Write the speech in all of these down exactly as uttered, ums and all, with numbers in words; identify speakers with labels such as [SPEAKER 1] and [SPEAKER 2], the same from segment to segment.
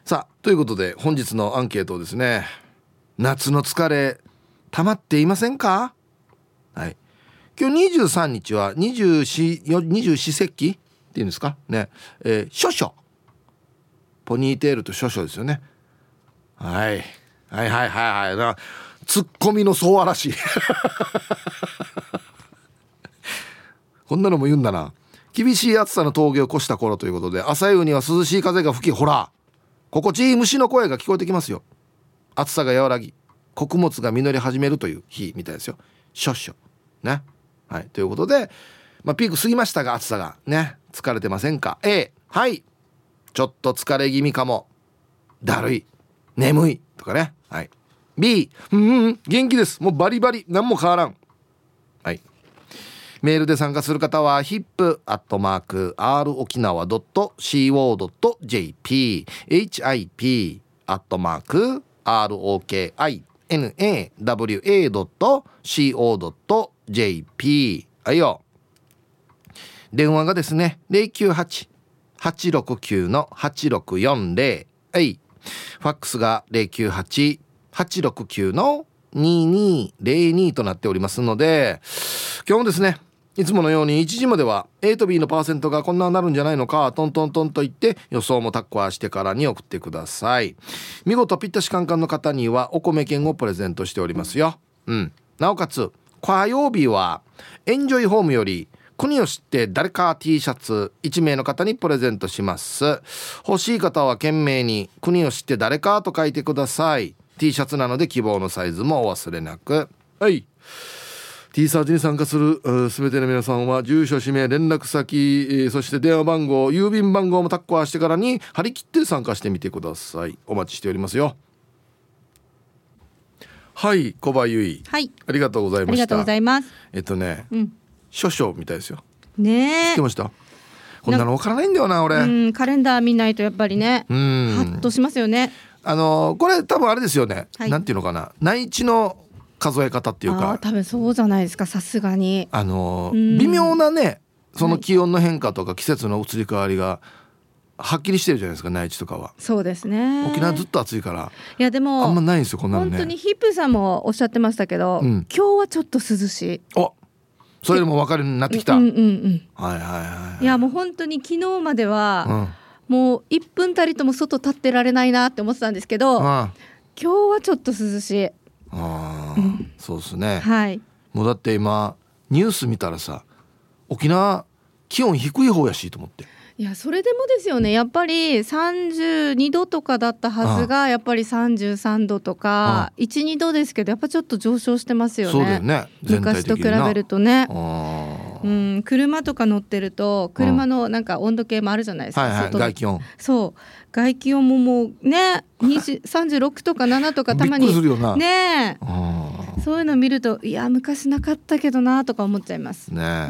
[SPEAKER 1] さあということで本日のアンケートですね。夏の疲れ溜まっていませんか？はい、今日にじゅうさんにちは二十四節気っていうんですかね、えー、処暑、ポニーテールと処暑ですよね。はい、はいはいはいはいな、ツッコミの総嵐こんなのも言うんだな。厳しい暑さの峠を越した頃ということで、朝夕には涼しい風が吹き、ほら心地いい虫の声が聞こえてきますよ。暑さが和らぎ穀物が実り始めるという日みたいですよ。処暑ね。はい、ということで、まあ、ピーク過ぎましたが暑さがね、疲れてませんか？ A、 はい、ちょっと疲れ気味かも、だるい、眠いとかね。はい、 B、 うんうん元気です、もうバリバリ何も変わらん。はい、メールで参加する方は ヒップ アットマーク アール 沖縄 ドット シーオー ドット ジェーピー ヒップ アットマーク アール オーケーアイエヌエーダブリューエー ドット シーオー ドット ジェーピー。 はいよ。電話がですね ゼロきゅうはち はちろくきゅう はちろくよんゼロ、はい、ファックスが ゼロきゅうはち はちろくきゅう ににゼロにとなっておりますので、今日もですねいつものようにいちじまでは A と B のパーセントがこんなになるんじゃないのかトントントンと言って予想もタッコアしてからに送ってください。見事ピッタシカンカンの方にはお米券をプレゼントしておりますよ。うん、なおかつ火曜日はエンジョイホームより国を知って誰か T シャツいちめいの方にプレゼントします。欲しい方は懸命に国を知って誰かと書いてください。 T シャツなので希望のサイズもお忘れなく。はい、T サージに参加するすべての皆さんは住所、氏名、連絡先、そして電話番号、郵便番号もタッコアしてからに張り切って参加してみてください。お待ちしておりますよ。はい、小葉優衣、
[SPEAKER 2] はい、
[SPEAKER 1] ありがとうございました。
[SPEAKER 2] ありがとうございます。
[SPEAKER 1] えっとね、
[SPEAKER 2] うん、
[SPEAKER 1] 少々みたいですよ
[SPEAKER 2] ね。
[SPEAKER 1] 知ってました？こんなの分からないんだよな俺。
[SPEAKER 2] うん、カレンダー見ないとやっぱりね、
[SPEAKER 1] うん、
[SPEAKER 2] ハッとしますよね。
[SPEAKER 1] あのこれ多分あれですよね、
[SPEAKER 2] はい、
[SPEAKER 1] なんていうのかな、内地の数え方っていうか、
[SPEAKER 2] あ多分そうじゃないですか、さすがに。
[SPEAKER 1] あの微妙なね、その気温の変化とか季節の移り変わりがはっきりしてるじゃないですか、内地とかは。
[SPEAKER 2] そうですね。
[SPEAKER 1] 沖縄ずっと暑いから
[SPEAKER 2] いやでも
[SPEAKER 1] あんまないんですよこんなのね。
[SPEAKER 2] 本当にヒップさんもおっしゃってましたけど、うん、今日はちょっと涼しい。
[SPEAKER 1] お、それでも分かるようになってきた。
[SPEAKER 2] うんうんうん、
[SPEAKER 1] はいはいはい。
[SPEAKER 2] いやもう本当に昨日までは、うんもういっぷんたりとも外立ってられないなって思ってたんですけど、今日はちょっと涼しい。
[SPEAKER 1] あ、うん、そうですね、
[SPEAKER 2] はい、
[SPEAKER 1] もうだって今ニュース見たらさ、沖縄気温低い方やしと思って。
[SPEAKER 2] いやそれでもですよね、やっぱりさんじゅうにどとかだったはずが、あやっぱりさんじゅうさんどとかいち、にどですけど、やっぱちょっと上昇してますよね。
[SPEAKER 1] そうだよね、全体的にな
[SPEAKER 2] 昔と比べるとね。
[SPEAKER 1] あ、
[SPEAKER 2] うん、車とか乗ってると車のなんか温度計もあるじゃないですか、
[SPEAKER 1] はいはい、
[SPEAKER 2] 外
[SPEAKER 1] 外気温。
[SPEAKER 2] そう外気温ももうねさんじゅうろくとかななとかたまに
[SPEAKER 1] びっくりするよな
[SPEAKER 2] ね、そういうの見るといや昔なかったけどなとか思っちゃいます
[SPEAKER 1] ね、
[SPEAKER 2] うん、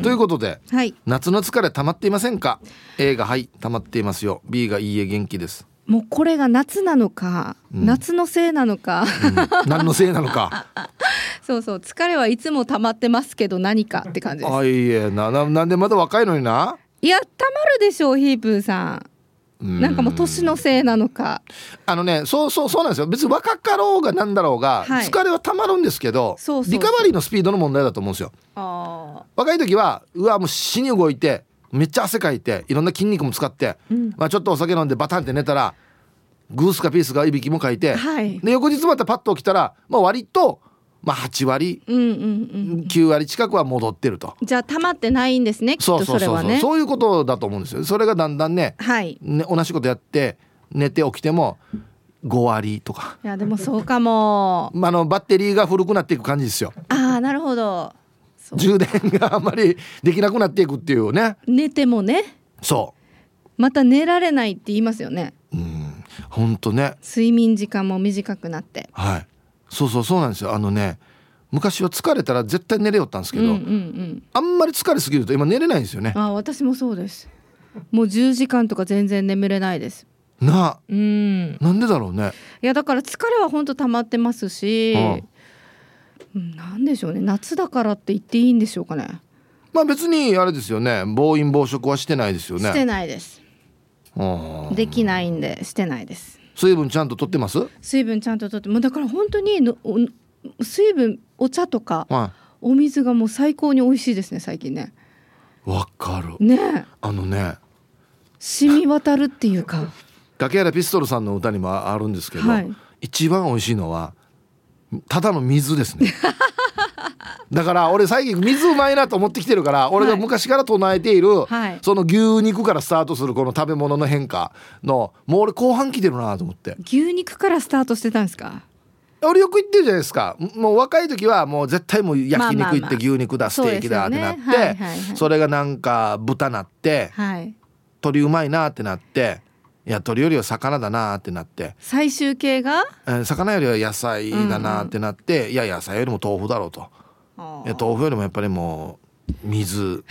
[SPEAKER 1] ということで、
[SPEAKER 2] はい、
[SPEAKER 1] 夏の疲れ溜まっていませんか？ A がはい溜まっていますよ、 B がいいえ元気です。
[SPEAKER 2] もうこれが夏なのか、うん、夏のせいなのか、
[SPEAKER 1] うん、何のせいなのか
[SPEAKER 2] そうそう、疲れはいつも溜まってますけど何かって感じです。
[SPEAKER 1] あ、いいえな、な、なんでまだ若いのにな。
[SPEAKER 2] いや溜まるでしょうヒープーさん、んなんかもう年のせいなのか。
[SPEAKER 1] あのね、そうそうそうなんですよ。別に若かろうがなんだろうが、はい、疲れは溜まるんですけど、そうそうそう、リカバリーのスピードの問題だと思うんですよ。あ、若い時はうわもう死に動いてめっちゃ汗かいていろんな筋肉も使って、うん、まあ、ちょっとお酒飲んでバタンって寝たらグースかピースかいびきもかいて、はい、で翌日またパッと起きたら、まあ、割とまあはちわり、うんうんうん、きゅうわり近くは戻ってると。
[SPEAKER 2] じゃあ溜まってないんですね、きっとそれはね。
[SPEAKER 1] そうそうそうそう、そういうことだと思うんですよ。それがだんだん ね,、はい、ね、同じことやって寝て起きてもごわりとか。
[SPEAKER 2] いやでもそうかも、
[SPEAKER 1] まあ、あのバッテリーが古くなっていく感じですよ。
[SPEAKER 2] ああなるほど、
[SPEAKER 1] 充電があんまりできなくなっていくっていうね。
[SPEAKER 2] 寝てもね、
[SPEAKER 1] そう
[SPEAKER 2] また寝られないって言いますよね。
[SPEAKER 1] うん、ほんとね、
[SPEAKER 2] 睡眠時間も短くなって、
[SPEAKER 1] はい、そうそうそうなんですよ。あのね、昔は疲れたら絶対寝れよったんですけど、うんうんうん、あんまり疲れすぎると今寝れないんですよね。
[SPEAKER 2] あ、私もそうです。もうじゅうじかんとか全然眠れないです
[SPEAKER 1] な、
[SPEAKER 2] うん、
[SPEAKER 1] なんでだろうね。
[SPEAKER 2] いやだから疲れは本当溜まってますし、うん、なんでしょうね、夏だからって言っていいんでしょうかね。
[SPEAKER 1] まあ別にあれですよね、暴飲暴食はしてないですよね。
[SPEAKER 2] してないです。 できないんでしてないです。
[SPEAKER 1] 水分ちゃんと取ってます？
[SPEAKER 2] 水分ちゃんと取って、もうだから本当にの水分、お茶とか、はい、お水がもう最高に美味しいですね最近ね。
[SPEAKER 1] わかる
[SPEAKER 2] ね。
[SPEAKER 1] あのね
[SPEAKER 2] 染み渡るっていうか
[SPEAKER 1] 竹原ピストルさんの歌にもあるんですけど、はい、一番美味しいのはただの水ですねだから俺最近水うまいなと思ってきてるから、俺が昔から唱えている、はい、その牛肉からスタートするこの食べ物の変化のもう俺後半来てるなと思って。
[SPEAKER 2] 牛肉からスタートしてたんですか？
[SPEAKER 1] 俺よく言ってるじゃないですか。もう若い時はもう絶対もう焼肉行って牛肉だ、ステーキだってなって、はいはいはい、それがなんか豚なって、はい、鶏うまいなってなって、いや鶏よりは魚だなってなって、
[SPEAKER 2] 最終形が、
[SPEAKER 1] えー、魚よりは野菜だなってなって、うんうん、いや野菜よりも豆腐だろうと、いや豆腐よりもやっぱりもう水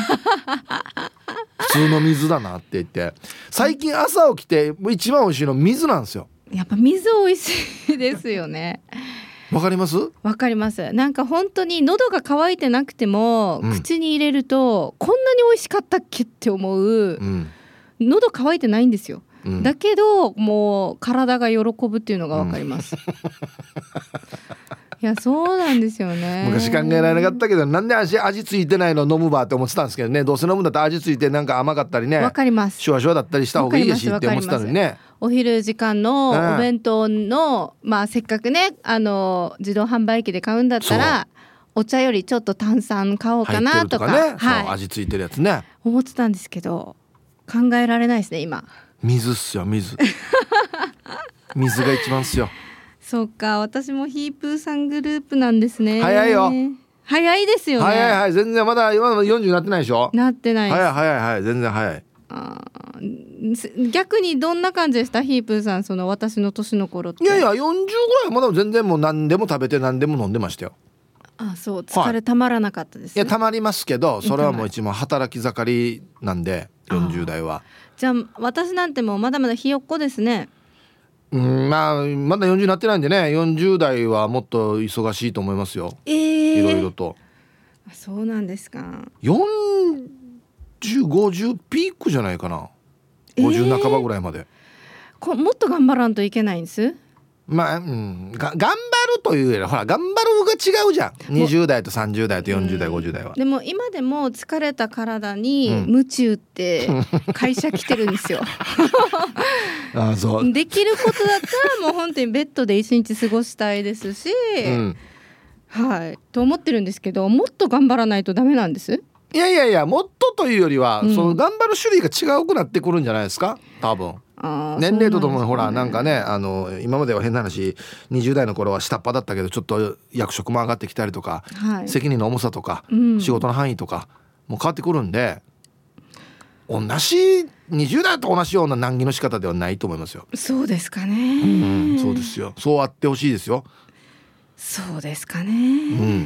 [SPEAKER 1] 普通の水だなって言って、最近朝起きて一番美味しいの水なんですよ。
[SPEAKER 2] やっぱ水美味しいですよね
[SPEAKER 1] わかります？
[SPEAKER 2] わかります。なんか本当に喉が渇いてなくても、うん、口に入れるとこんなに美味しかったっけって思う、うん、喉渇いてないんですよ、うん、だけどもう体が喜ぶっていうのがわかります、うん、いやそうなんですよね。
[SPEAKER 1] 昔考えられなかったけど、なんで 味, 味ついてないの飲むばって思ってたんですけどね。どうせ飲むんだったら味ついてなんか甘かったりね、
[SPEAKER 2] わかります、
[SPEAKER 1] シュワシュワだったりした方がいいやしって思ってたのにね。
[SPEAKER 2] お昼時間のお弁当の、うん、まあせっかくねあの自動販売機で買うんだったらお茶よりちょっと炭酸買おうかなとか、
[SPEAKER 1] 入ってるとかね、はい、そう味ついてるやつね
[SPEAKER 2] 思ってたんですけど、考えられないですね今。
[SPEAKER 1] 水っすよ水水が一番っすよ。
[SPEAKER 2] そうか、私もヒープーさんグループなんですね。
[SPEAKER 1] 早いよ。
[SPEAKER 2] 早いですよね。
[SPEAKER 1] 早いはい、全然まだ今のよんじゅうになってないでしょ。
[SPEAKER 2] なってないです。
[SPEAKER 1] 早い早いはい、全然早い。
[SPEAKER 2] あ、逆にどんな感じでしたヒープーさん、その私の年の頃って。
[SPEAKER 1] いやいやよんじゅうぐらいまだ全然もう何でも食べて何でも飲んでましたよ。
[SPEAKER 2] あ、そう、疲れたまらなかったです、ね、
[SPEAKER 1] はい、いやたまりますけど、それはもう一番働き盛りなんでよんじゅう代は。
[SPEAKER 2] じゃあ私なんてもうまだまだひよっこですね。
[SPEAKER 1] うん、まあまだよんじゅうになってないんでね、よんじゅう代はもっと忙しいと思いますよ、えー、いろいろと。
[SPEAKER 2] そうなんですか。
[SPEAKER 1] よんじゅう、ごじゅうピークじゃないかな、ごじゅう半ばぐらいまで、
[SPEAKER 2] えー、こもっと頑張らんといけないんです。
[SPEAKER 1] まあ、うん、が頑張るというよりほら頑張るが違うじゃん。にじゅう代とさんじゅう代とよんじゅう代、ごじゅう代は。で
[SPEAKER 2] も今でも疲れた体に夢中って会社来てるんですよ、うん、ああそうできることだったらもう本当にベッドで一日過ごしたいですし、うん、はいと思ってるんですけど、もっと頑張らないとダメなんです。
[SPEAKER 1] いやいやいや、もっとというよりは、うん、その頑張る種類が違うくなってくるんじゃないですか多分。あ、年齢とともにほらなんかね、あの今までは変な話にじゅう代の頃は下っ端だったけどちょっと役職も上がってきたりとか、はい、責任の重さとか、うん、仕事の範囲とかもう変わってくるんで、同じにじゅう代と同じような難儀の仕方ではないと思いますよ。
[SPEAKER 2] そうですかね、
[SPEAKER 1] うん、そうですよ。そうあってほしいですよ。
[SPEAKER 2] そうですかね、うん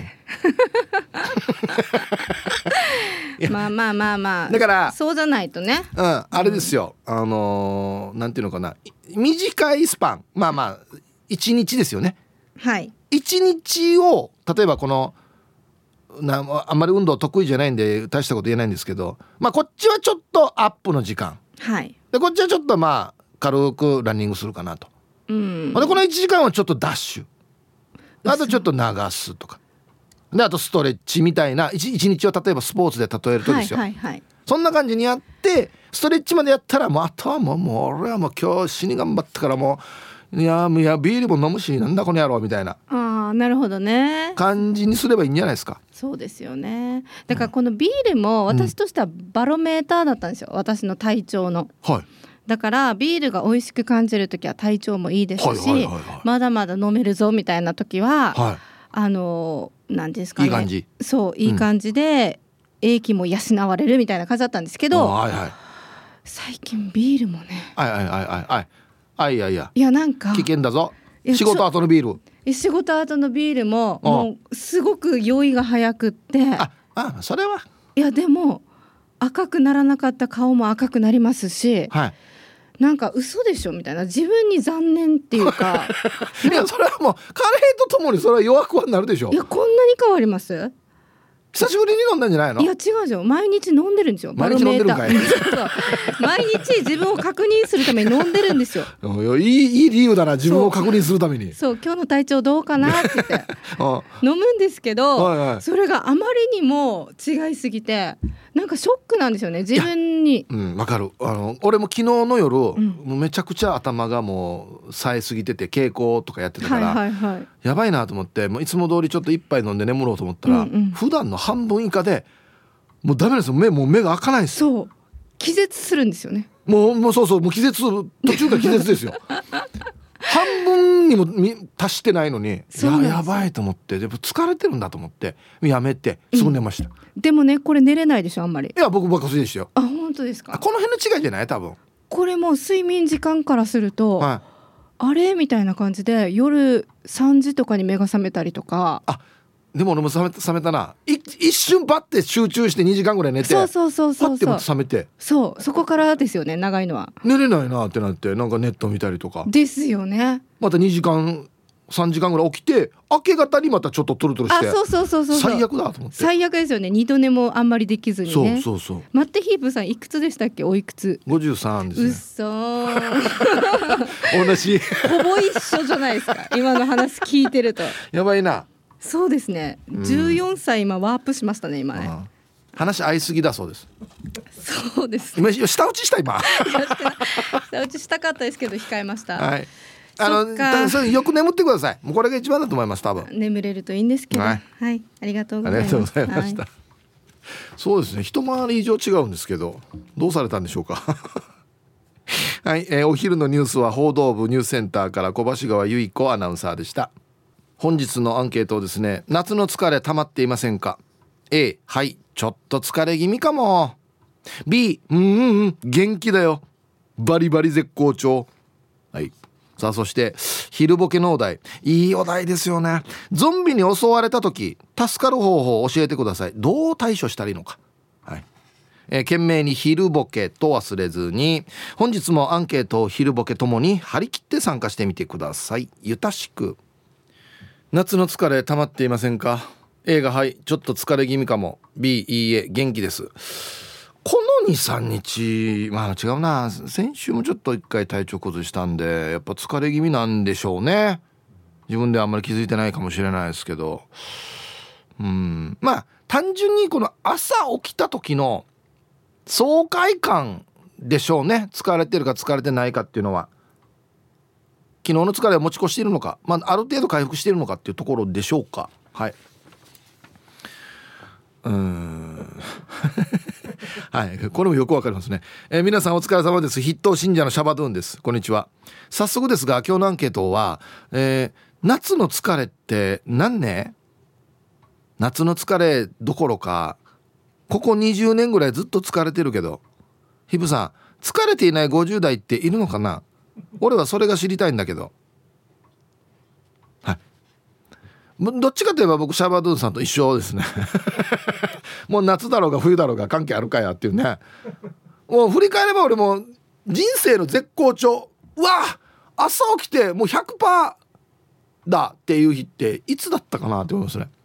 [SPEAKER 2] まあまあまあまあ、だからそうじゃないとね、
[SPEAKER 1] うん、あれですよ、うん、あのー、なんていうのかな、短いスパン、まあまあいちにちですよね。
[SPEAKER 2] はい、
[SPEAKER 1] いちにちを例えばこのなあんまり運動得意じゃないんで大したこと言えないんですけど、まあこっちはちょっとアップの時間、
[SPEAKER 2] はい、
[SPEAKER 1] でこっちはちょっとまあ軽くランニングするかなと、うん、でこのいちじかんはちょっとダッシュ、あとちょっと流すとかで、あとストレッチみたいな 1, 一日を例えばスポーツで例えるとですよ、はいはいはい、そんな感じにやってストレッチまでやったらもうあとはもう、もう俺はもう今日死に頑張ったからもういやいやビールも飲むしなんだこの野郎みたいな、
[SPEAKER 2] あ、なるほどね、
[SPEAKER 1] 感じにすればいいんじゃないですか。
[SPEAKER 2] そうですよね。だからこのビールも私としてはバロメーターだったんですよ、私の体調の、はい、だからビールが美味しく感じるときは体調もいいですし、はいはいはいはい、まだまだ飲めるぞみたいなときは、はい、あの何ですかね、
[SPEAKER 1] いい感じ、
[SPEAKER 2] そういい感じで、うん、英気も養われるみたいな感じだったんですけど、はいはい、最近ビールもね、
[SPEAKER 1] はいはいはいはいはい、いやいや
[SPEAKER 2] いやなんか
[SPEAKER 1] 危険だぞ、仕事後のビー
[SPEAKER 2] ル、仕事後のビールももうすごく酔いが早くって、
[SPEAKER 1] ああ、それはい
[SPEAKER 2] やでも赤くならなかった顔も赤くなりますし、はい、なんか嘘でしょみたいな、自分に残念っていうか
[SPEAKER 1] いやそれはもう加齢とともにそれは弱くはなるでしょ。
[SPEAKER 2] いやこんなに変わります？
[SPEAKER 1] 久しぶりに飲んだんじゃないの？
[SPEAKER 2] いや違うじゃん、毎日飲んでるんですよ。
[SPEAKER 1] 毎日飲んでるんかい
[SPEAKER 2] 毎日自分を確認するために飲んでるんですよ。
[SPEAKER 1] いい、いい理由だな、自分を確認するために。
[SPEAKER 2] そう、今日の体調どうかなって言って飲むんですけど、はいはい、それがあまりにも違いすぎてなんかショックなんですよね、自分に。
[SPEAKER 1] うん、わかる。あの俺も昨日の夜、うん、もうめちゃくちゃ頭がもう冴えすぎてて稽古とかやってたから、はいはいはい、やばいなと思って、もういつも通りちょっと一杯飲んで眠ろうと思ったら、うんうん、普段の半分以下でもうダメですよ。目もう目が開かないです。
[SPEAKER 2] そう、気絶するんですよね。
[SPEAKER 1] もうもうそうそう、もう気絶、途中から気絶ですよ半分にも達してないのに、や, やばいと思って、でも疲れてるんだと思ってやめてすぐ寝ました、
[SPEAKER 2] うん、でもねこれ寝れないでしょあんまり。
[SPEAKER 1] いや僕ばっかりでしたよ。
[SPEAKER 2] あ、本当ですか。
[SPEAKER 1] この辺の違いじゃない多分。こ
[SPEAKER 2] れも睡眠時間からすると、はい、あれみたいな感じで夜さんじとかに目が覚めたりとか。
[SPEAKER 1] あ、でも俺も覚めた、覚めたな。一瞬バッて集中してにじかんぐらい寝て、
[SPEAKER 2] そうそうそうそう、
[SPEAKER 1] パッてまた覚めて、
[SPEAKER 2] そうそこからですよね、長いのは。
[SPEAKER 1] 寝れないなってなって、なんかネット見たりとか
[SPEAKER 2] ですよね。
[SPEAKER 1] またにじかんさんじかんぐらい起きて、明け方にまたちょっとトロトロして、
[SPEAKER 2] あ、そうそうそうそう、
[SPEAKER 1] 最悪だと思って。
[SPEAKER 2] 最悪ですよね。二度寝もあんまりできずにね。
[SPEAKER 1] そうそうそう。
[SPEAKER 2] 待って、ヒープさんいくつでしたっけ？おいくつ？
[SPEAKER 1] ごじゅうさんですね。
[SPEAKER 2] うっそ
[SPEAKER 1] ー同じ
[SPEAKER 2] ほぼ一緒じゃないですか今の話聞いてると。
[SPEAKER 1] やばいな。
[SPEAKER 2] そうですね、じゅうよんさい今ワープしましたね今ね。
[SPEAKER 1] ああ、話合いすぎだそうです。
[SPEAKER 2] そうです、
[SPEAKER 1] 今舌打ちした今
[SPEAKER 2] 舌打ちしたかったですけど控えました。
[SPEAKER 1] はい、あのそれよく眠ってください。もうこれが一番だと思います多分。
[SPEAKER 2] 眠れるといいんですけど、はい、はい、ありがとうございます。
[SPEAKER 1] ありがとうございました、はい、そうですね、一回り以上違うんですけどどうされたんでしょうかはい、えー、お昼のニュースは報道部ニュースセンターから小橋川由依子アナウンサーでした。本日のアンケートですね。夏の疲れ溜まっていませんか？ A、 はい、ちょっと疲れ気味かも。 B、 うんうんうん元気だよ、バリバリ絶好調。はい、さあそして昼ボケのお題、いいお題ですよね。ゾンビに襲われた時助かる方法を教えてください。どう対処したらいいのか。はい、えー、懸命に昼ボケと忘れずに、本日もアンケート昼ボケともに張り切って参加してみてください。ゆたしく。夏の疲れ溜まっていませんか？ A がはい、ちょっと疲れ気味かも。 B、 いいえ元気です。この にさんにち、まあ違うな、先週もちょっと一回体調崩したんでやっぱ疲れ気味なんでしょうね。自分ではあんまり気づいてないかもしれないですけど、うん、まあ単純にこの朝起きた時の爽快感でしょうね。疲れてるか疲れてないかっていうのは、昨日の疲れを持ち越しているのか、まあ、ある程度回復しているのかっていうところでしょうか。はい、うーんはい、これもよくわかりますね。えー、皆さんお疲れ様です。筆頭信者のシャバドゥンです。こんにちは。早速ですが今日のアンケートは、えー、夏の疲れって何ね？夏の疲れどころかここにじゅうねんぐらいずっと疲れてるけど、ヒブさん疲れていないごじゅう代っているのかな？俺はそれが知りたいんだけど。はい、どっちかといえば僕シャバドゥンさんと一緒ですねもう夏だろうが冬だろうが関係あるかやっていうね。もう振り返れば俺も人生の絶好調、うわ朝起きてもう ひゃくパーセント だっていう日っていつだったかなって思いますね。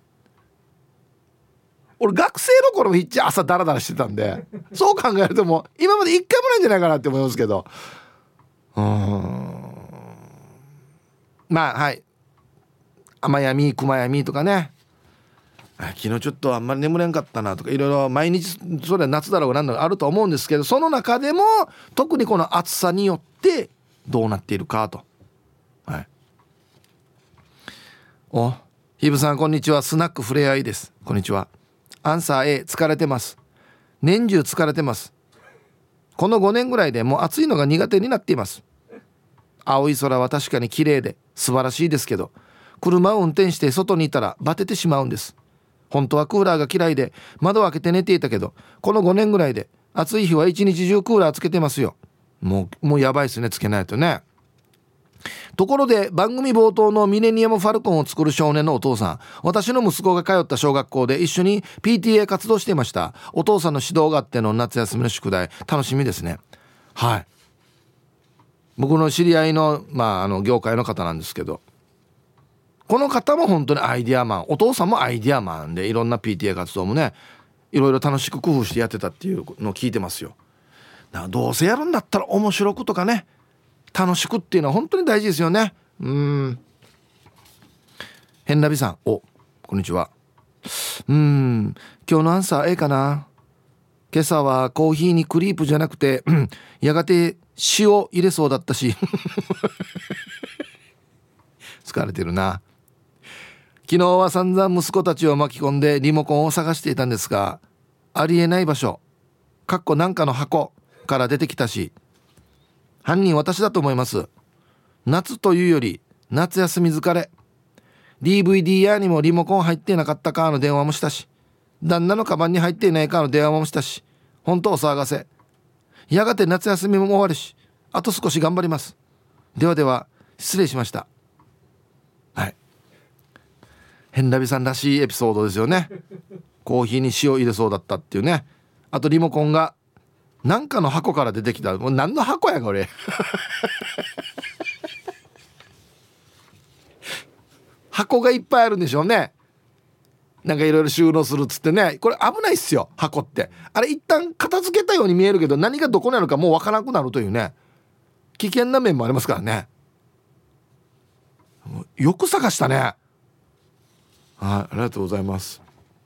[SPEAKER 1] 俺学生の頃もひっち朝ダラダラしてたんでそう考えるともう今まで一回もないんじゃないかなって思いますけど、うーん、まあはい雨闇熊闇とかね、昨日ちょっとあんまり眠れんかったなとかいろいろ毎日それは夏だろうが何だろうあると思うんですけど、その中でも特にこの暑さによってどうなっているかと。はい、おひぶさんこんにちは、スナックふれあいです。こんにちは。アンサー A、 疲れてます。年中疲れてます。このごねんぐらいでもう暑いのが苦手になっています。青い空は確かに綺麗で素晴らしいですけど、車を運転して外にいたらバテてしまうんです。本当はクーラーが嫌いで窓を開けて寝ていたけど、このごねんぐらいで暑い日は一日中クーラーつけてますよ。もうもうやばいですね、つけないとね。ところで番組冒頭のミレニアムファルコンを作る少年のお父さん、私の息子が通った小学校で一緒に ピーティーエー 活動していました。お父さんの指導があっての夏休みの宿題、楽しみですね。はい、僕の知り合いの、まあ、あの業界の方なんですけど、 この方も本当にアイディアマン、お父さんもアイディアマンで、いろんな ピーティーエー 活動もねいろいろ楽しく工夫してやってたっていうのを聞いてますよ。だからどうせやるんだったら面白くとかね、楽しくっていうのは本当に大事ですよね。うーん。ヘンラビさん、お、こんにちは。うーん、今日のアンサー A かな。今朝はコーヒーにクリープじゃなくてやがて塩入れそうだったし疲れてるな。昨日は散々息子たちを巻き込んでリモコンを探していたんですが、ありえない場所、かっこなんかの箱から出てきたし、犯人私だと思います。夏というより夏休み疲れ。 ディーブイディー 屋にもリモコン入ってなかったかの電話もしたし、旦那のカバンに入っていないかの電話もしたし、本当お騒がせ。やがて夏休みも終わるし、あと少し頑張ります。ではでは失礼しました。はい、ヘンラビさんらしいエピソードですよね。コーヒーに塩入れそうだったっていうね。あとリモコンがなんかの箱から出てきた。もう何の箱やこれ箱がいっぱいあるんでしょうね。なんかいろいろ収納するっつってね。これ危ないっすよ、箱って。あれ一旦片付けたように見えるけど、何がどこなのかもうわからなくなるというね、危険な面もありますからね。よく探したね。はい、ありがとうございます。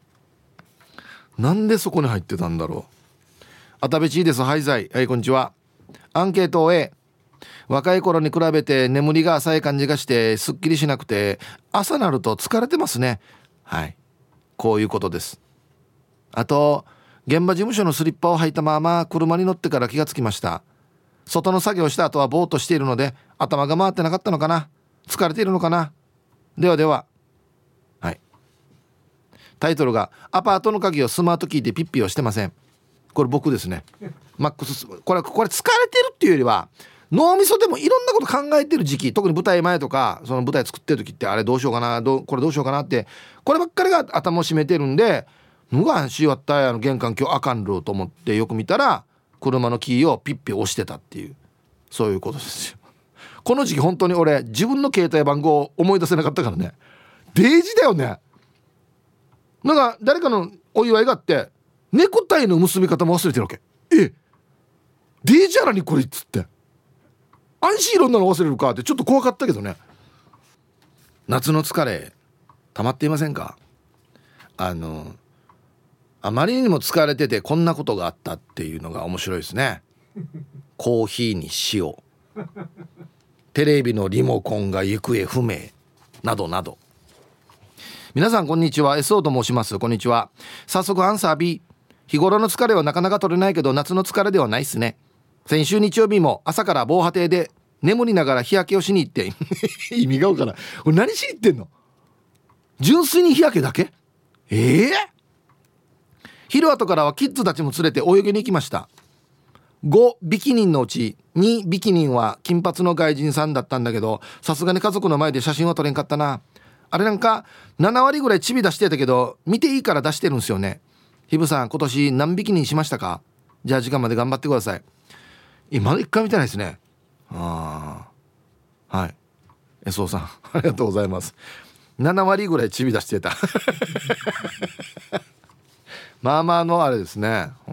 [SPEAKER 1] なんでそこに入ってたんだろう。あたべちいです。はいざい、はい、こんにちは。アンケートを A。 若い頃に比べて眠りが浅い感じがしてすっきりしなくて、朝なると疲れてますね。はい、こういうことです。あと現場事務所のスリッパを履いたまま車に乗ってから気がつきました。外の作業した後はぼーっとしているので頭が回ってなかったのかな、疲れているのかな。ではでは。はい、タイトルがアパートの鍵をスマートキーでピッピをしてません。これ僕ですね。マックス、これこれ疲れてるっていうよりは脳みそでもいろんなこと考えてる時期、特に舞台前とかその舞台作ってる時って、あれどうしようかな、どうこれどうしようかなって、こればっかりが頭を占めてるんで、ぬがんしわったやの玄関今日あかんると思ってよく見たら車のキーをピッピ押してたっていう、そういうことですよ。この時期本当に俺自分の携帯番号を思い出せなかったからね。デイジだよね。なんか誰かのお祝いがあってネクタイの結び方も忘れてるわけ。えデイジャラにこれっつって安心いろんなの忘れるかってちょっと怖かったけどね。夏の疲れ溜まっていませんか。あのあまりにも疲れててこんなことがあったっていうのが面白いですね。コーヒーに塩、テレビのリモコンが行方不明などなど。皆さんこんにちは、 エスオー と申します。こんにちは。早速アンサー B。 日頃の疲れはなかなか取れないけど夏の疲れではないっすね。先週日曜日も朝から防波堤で眠りながら日焼けをしに行って意味がわからん。これ何しに行ってんの。純粋に日焼けだけ。ええー、昼後からはキッズたちも連れて泳ぎに行きました。ごビキニンのうちにビキニンは金髪の外人さんだったんだけど、さすがに家族の前で写真は撮れんかったな。あれなんかななわりぐらいチビ出してたけど見ていいから出してるんですよね。ひぶさん今年何ビキニンしましたか。じゃあ時間まで頑張ってください。今まだ一回見てないですね。ああ、はい、エスオーさんありがとうございます。ななわりぐらいチビ出してたまあまあのあれですね、うん、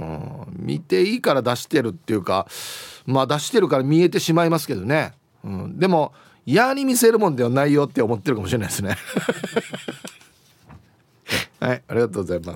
[SPEAKER 1] 見ていいから出してるっていうか、まあ出してるから見えてしまいますけどね、うん、でも嫌に見せるもんではないよって思ってるかもしれないですねはい、ありがとうございます。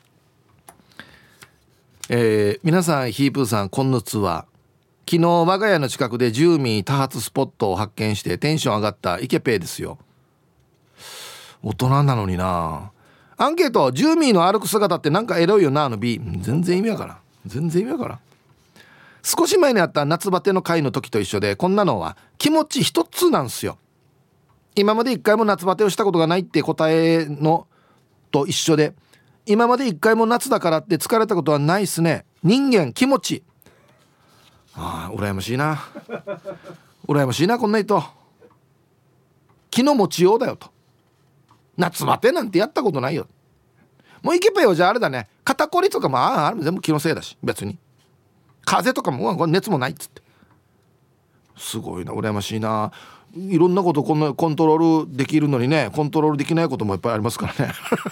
[SPEAKER 1] えー、皆さんヒープーさんこんにちは。昨日我が家の近くで住民多発スポットを発見してテンション上がったイケペイですよ。大人なのにな。アンケート、住民の歩く姿ってなんかエロいよなの B。 全然意味わからん。全然意味わからん。少し前にあった夏バテの会の時と一緒で、こんなのは気持ち一つなんすよ。今まで一回も夏バテをしたことがないって答えのと一緒で、今まで一回も夏だからって疲れたことはないっすね。人間気持ち。ああ羨ましいな羨ましいな。こんな人気の持ちようだよと。夏バテなんてやったことないよ。もうイケペイはじゃああれだね、肩こりとかもああ全部気のせいだし、別に風邪とかも熱もないっつって、 すごいな、羨ましいな。いろんなことこんなコントロールできるのにね、コントロールできないこともいっぱいありますからね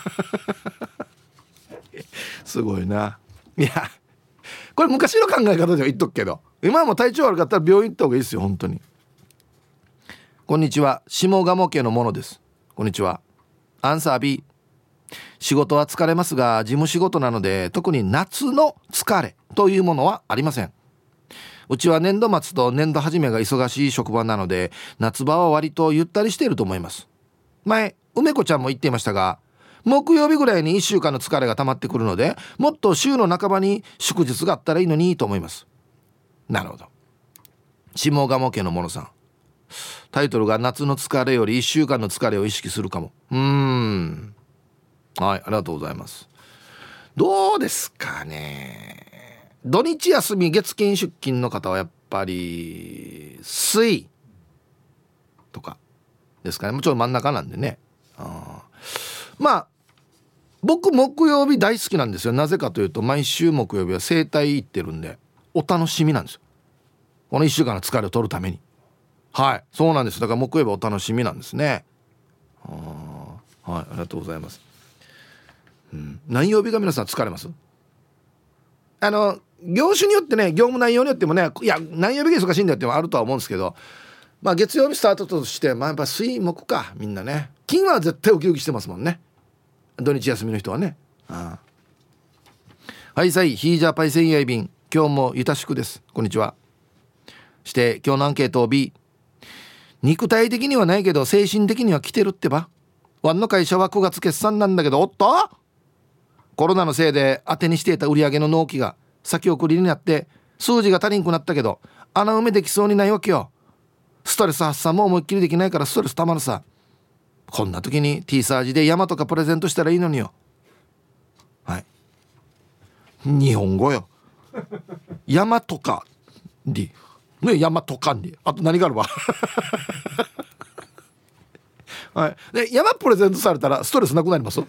[SPEAKER 1] すごいな。いやこれ昔の考え方では言っとくけど、今はもう体調悪かったら病院行った方がいいですよ本当に。こんにちは、下鴨家のものです。こんにちは。アンサー B。 仕事は疲れますが事務仕事なので特に夏の疲れというものはありません。うちは年度末と年度始めが忙しい職場なので夏場は割とゆったりしていると思います。前梅子ちゃんも言っていましたが、木曜日ぐらいにいっしゅうかんの疲れが溜まってくるのでもっと週の半ばに祝日があったらいいのにと思います。なるほど。下鴨家のものさん、タイトルが夏の疲れよりいっしゅうかんの疲れを意識するかも。うーん、はい、ありがとうございます。どうですかね。土日休み月金出勤の方はやっぱり水とかですかね。もちろん真ん中なんでね。あ、まあ僕木曜日大好きなんですよ。なぜかというと毎週木曜日は整体行ってるんでお楽しみなんですよ、このいっしゅうかんの疲れを取るために。はい、そうなんです。だから木曜日はお楽しみなんですね。あ、はい、ありがとうございます。うん、何曜日が皆さん疲れます？あの業種によってね、業務内容によってもね、いや何曜日が忙しいんだよってもあるとは思うんですけど、まあ月曜日スタートとして、まあやっぱ水木か、みんなね。金は絶対ウキウキしてますもんね、土日休みの人はね。ああ、はい、さいヒージャーパイセンヤイビン、今日もゆたしくです。こんにちは。して今日のアンケートを B。 肉体的にはないけど精神的には来てるってば。ワンの会社はくがつ決算なんだけど、おっとコロナのせいで当てにしていた売上の納期が先送りになって数字が足りんくなったけど穴埋めできそうにないわけよ。ストレス発散も思いっきりできないからストレスたまるさ。こんな時に T サージで山とかプレゼントしたらいいのによ。はい、日本語よ山とかにね、山とかにあと何があるわはい、で山プレゼントされたらストレスなくなります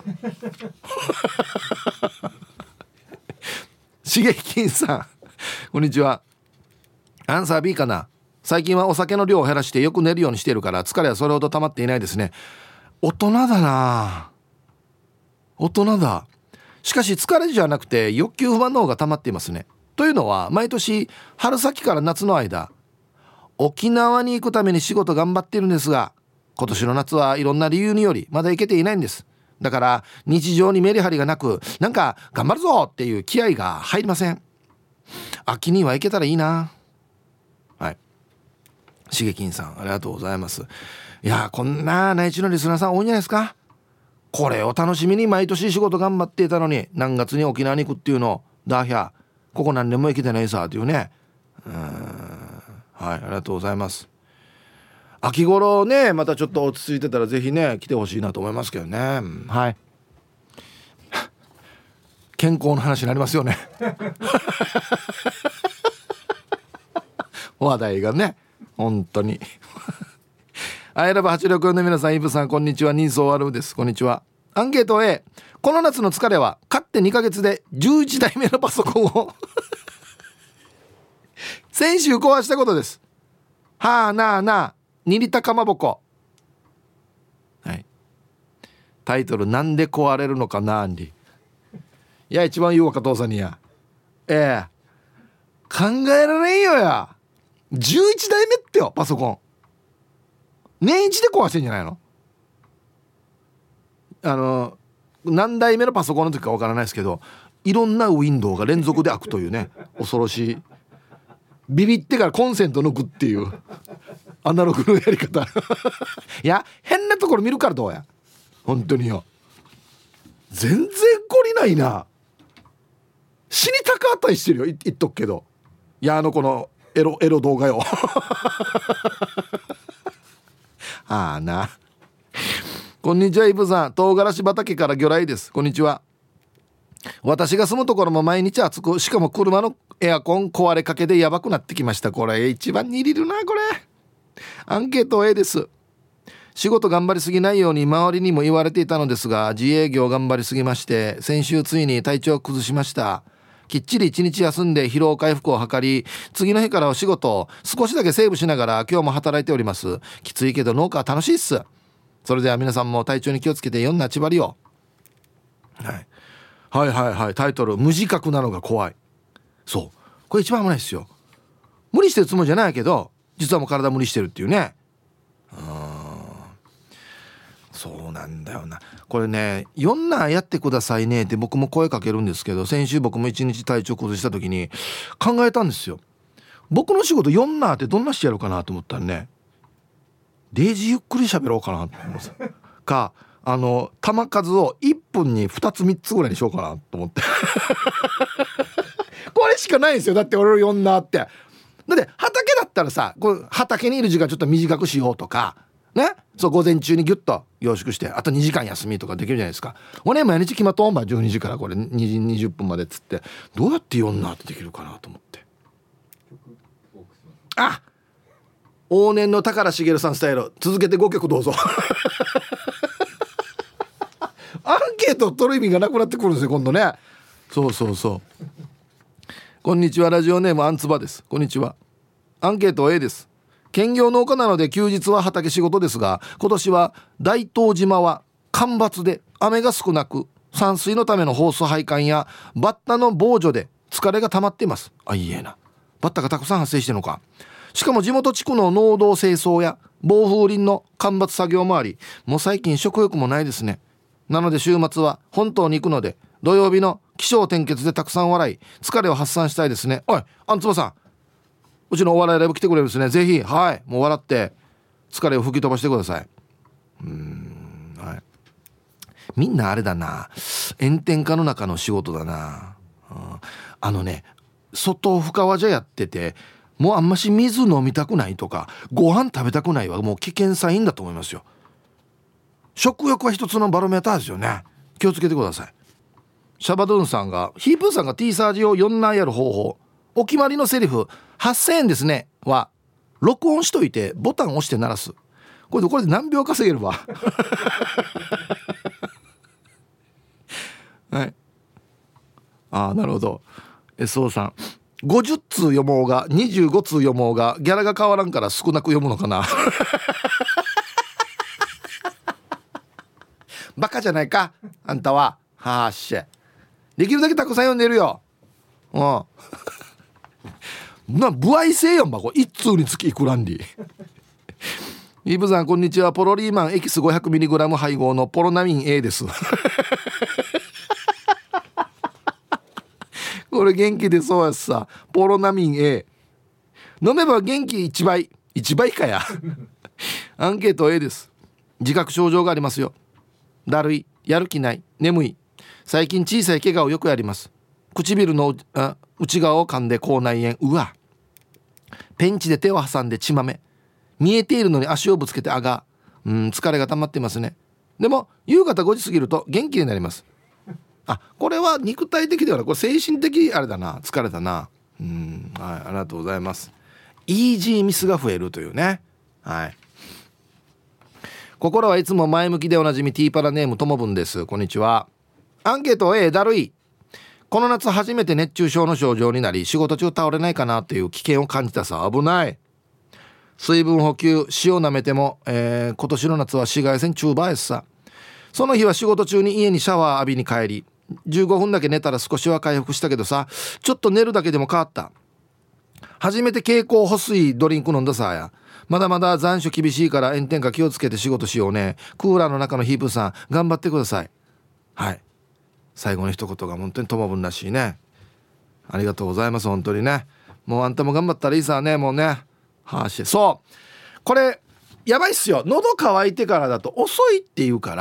[SPEAKER 1] しげきんさん、こんにちは。アンサー B かな。最近はお酒の量を減らしてよく寝るようにしているから疲れはそれほど溜まっていないですね。大人だな、大人だ。しかし疲れじゃなくて欲求不満の方が溜まっていますね。というのは毎年春先から夏の間沖縄に行くために仕事頑張っているんですが、今年の夏はいろんな理由によりまだ行けていないんです。だから日常にメリハリがなく、なんか頑張るぞっていう気合が入りません。秋には行けたらいいな。はい、しげきんさんありがとうございます。いやこんな内地のリスナーさん多いんじゃないですか。これを楽しみに毎年仕事頑張っていたのに何月に沖縄に行くっていうのダーヒャここ何年も行けてないさっていうね。うーん、はい、ありがとうございます。秋頃ねまたちょっと落ち着いてたらぜひね来てほしいなと思いますけどね。はい、健康の話になりますよね話題がね本当にアイラブはちろくよんの皆さん、イブさんこんにちは。人相ワルムです。こんにちは。アンケート A。 この夏の疲れは買ってにかげつでじゅういちだいめのパソコンを先週壊したことです。はあなあなあにリッターかまぼこ。はい、タイトルなんで壊れるのかなーり。いや一番言うわ加藤さんにや、ええ考えられんよや。じゅういちだいめってよパソコン。年一で壊してんじゃないの。あの何代目のパソコンの時かわからないですけど、いろんなウィンドウが連続で開くというね、恐ろしい。ビビってからコンセント抜くっていうアナログのやり方いや変なところ見るからどうや本当によ。全然懲りないな。死に高値してるよ 言, 言っとくけど。いやあのこのエロエロ動画よああな。こんにちはイブさん、唐辛子畑から魚雷です。こんにちは。私が住むところも毎日暑く、しかも車のエアコン壊れかけでやばくなってきました。これ一番に入れるなこれ。アンケート A です。仕事頑張りすぎないように周りにも言われていたのですが、自営業頑張りすぎまして先週ついに体調を崩しました。 きっちり一日休んで疲労回復を図り、次の日からお仕事を少しだけセーブしながら今日も働いております。きついけど農家は楽しいっす。それでは皆さんも体調に気をつけて、よんなちばりを、はい、はいはいはい。タイトル、無自覚なのが怖い。そう、これ一番危ないですよ。無理してるつもりじゃないけど実はもう体無理してるっていうね。あ、そうなんだよな。これね、よんなやってくださいねって僕も声かけるんですけど、先週僕も一日体調崩した時に考えたんですよ。僕の仕事よんなってどんなしてやろうかなと思ったらね、デイジーゆっくり喋ろうかなと思ってか、あの球数をいっぷんにふたつみっつぐらいにしようかなと思ってこれしかないんですよ。だって俺のよんなって、だって畑だったらさ、こう畑にいる時間ちょっと短くしようとかね、そう午前中にギュッと凝縮してあとにじかん休みとかできるじゃないですか。俺毎日決まっとんばじゅうにじからこれにじにじゅっぷんまでっつって、どうやってよんなってできるかなと思って、あ、往年の宝茂さんスタイル続けてごきょくどうぞアンケートを取る意味がなくなってくるんですよ今度ね。そうそうそう。こんにちは、ラジオネームアンツバです。こんにちは。アンケート A です。兼業農家なので休日は畑仕事ですが、今年は大東島は干ばつで雨が少なく、散水のためのホース配管やバッタの防除で疲れが溜まっています。あ、いいえな。バッタがたくさん発生してるのか。しかも地元地区の農道清掃や防風林の間伐作業もあり、もう最近食欲もないですね。なので週末は本島に行くので、土曜日の起承転結でたくさん笑い疲れを発散したいですね。おい、あんつばさん、うちのお笑いライブ来てくれるんですね。ぜひ、はい、もう笑って疲れを吹き飛ばしてください。うーん、はい。みんなあれだな、炎天下の中の仕事だな、うん、あのね、外深川じゃやってて、もうあんまし水飲みたくないとかご飯食べたくないはもう危険サインだと思いますよ。食欲は一つのバロメーターですよね。気をつけてください。シャバドゥンさんが、ヒープーさんが T サージをよんなやる方法、お決まりのセリフはっせんえんですねは録音しといてボタン押して鳴らす。これでこれで何秒稼げればはい、ああ、なるほど。え、そうさん、ごじゅっつう読もうがにじゅうごつう読もうがギャラが変わらんから少なく読むのかなバカじゃないかあんたは。はーし、できるだけたくさん読んでるよ。うんな、不愛性やんばこれ一通につきいくらんりイブさん、こんにちは。ポロリーマンエキス ごひゃくミリグラム 配合のポロナミン A ですこれ元気でそうやつさ。ポロナミン A 飲めば元気いちばい、いちばいかやアンケート A です。自覚症状がありますよ。だるい、やる気ない、眠い、最近小さい怪我をよくやります。唇のあ内側を噛んで口内炎、うわ、ペンチで手を挟んで血まめ、見えているのに足をぶつけてあが、うん、疲れが溜まってますね。でも夕方ごじ過ぎると元気になります。あ、これは肉体的ではなく、これ精神的あれだな、疲れたな。うん、はい、ありがとうございます。イージーミスが増えるというね。はい。心はいつも前向きでおなじみティーパラネームともぶんです。こんにちは。アンケート A、 だるい。この夏初めて熱中症の症状になり、仕事中倒れないかなという危険を感じたさ。危ない。水分補給、塩舐めても、えー、今年の夏は紫外線中バイスさ。その日は仕事中に家にシャワー浴びに帰り、じゅうごふんだけ寝たら少しは回復したけどさ、ちょっと寝るだけでも変わった。初めて経口補水ドリンク飲んださや。まだまだ残暑厳しいから炎天下気をつけて仕事しようね。クーラーの中のヒープさん頑張ってください。はい、最後の一言が本当にともぶんらしいね。ありがとうございます。本当にね、もうあんたも頑張ったらいいさね。もうね、はし、そうこれやばいっすよ。喉乾いてからだと遅いっていうから、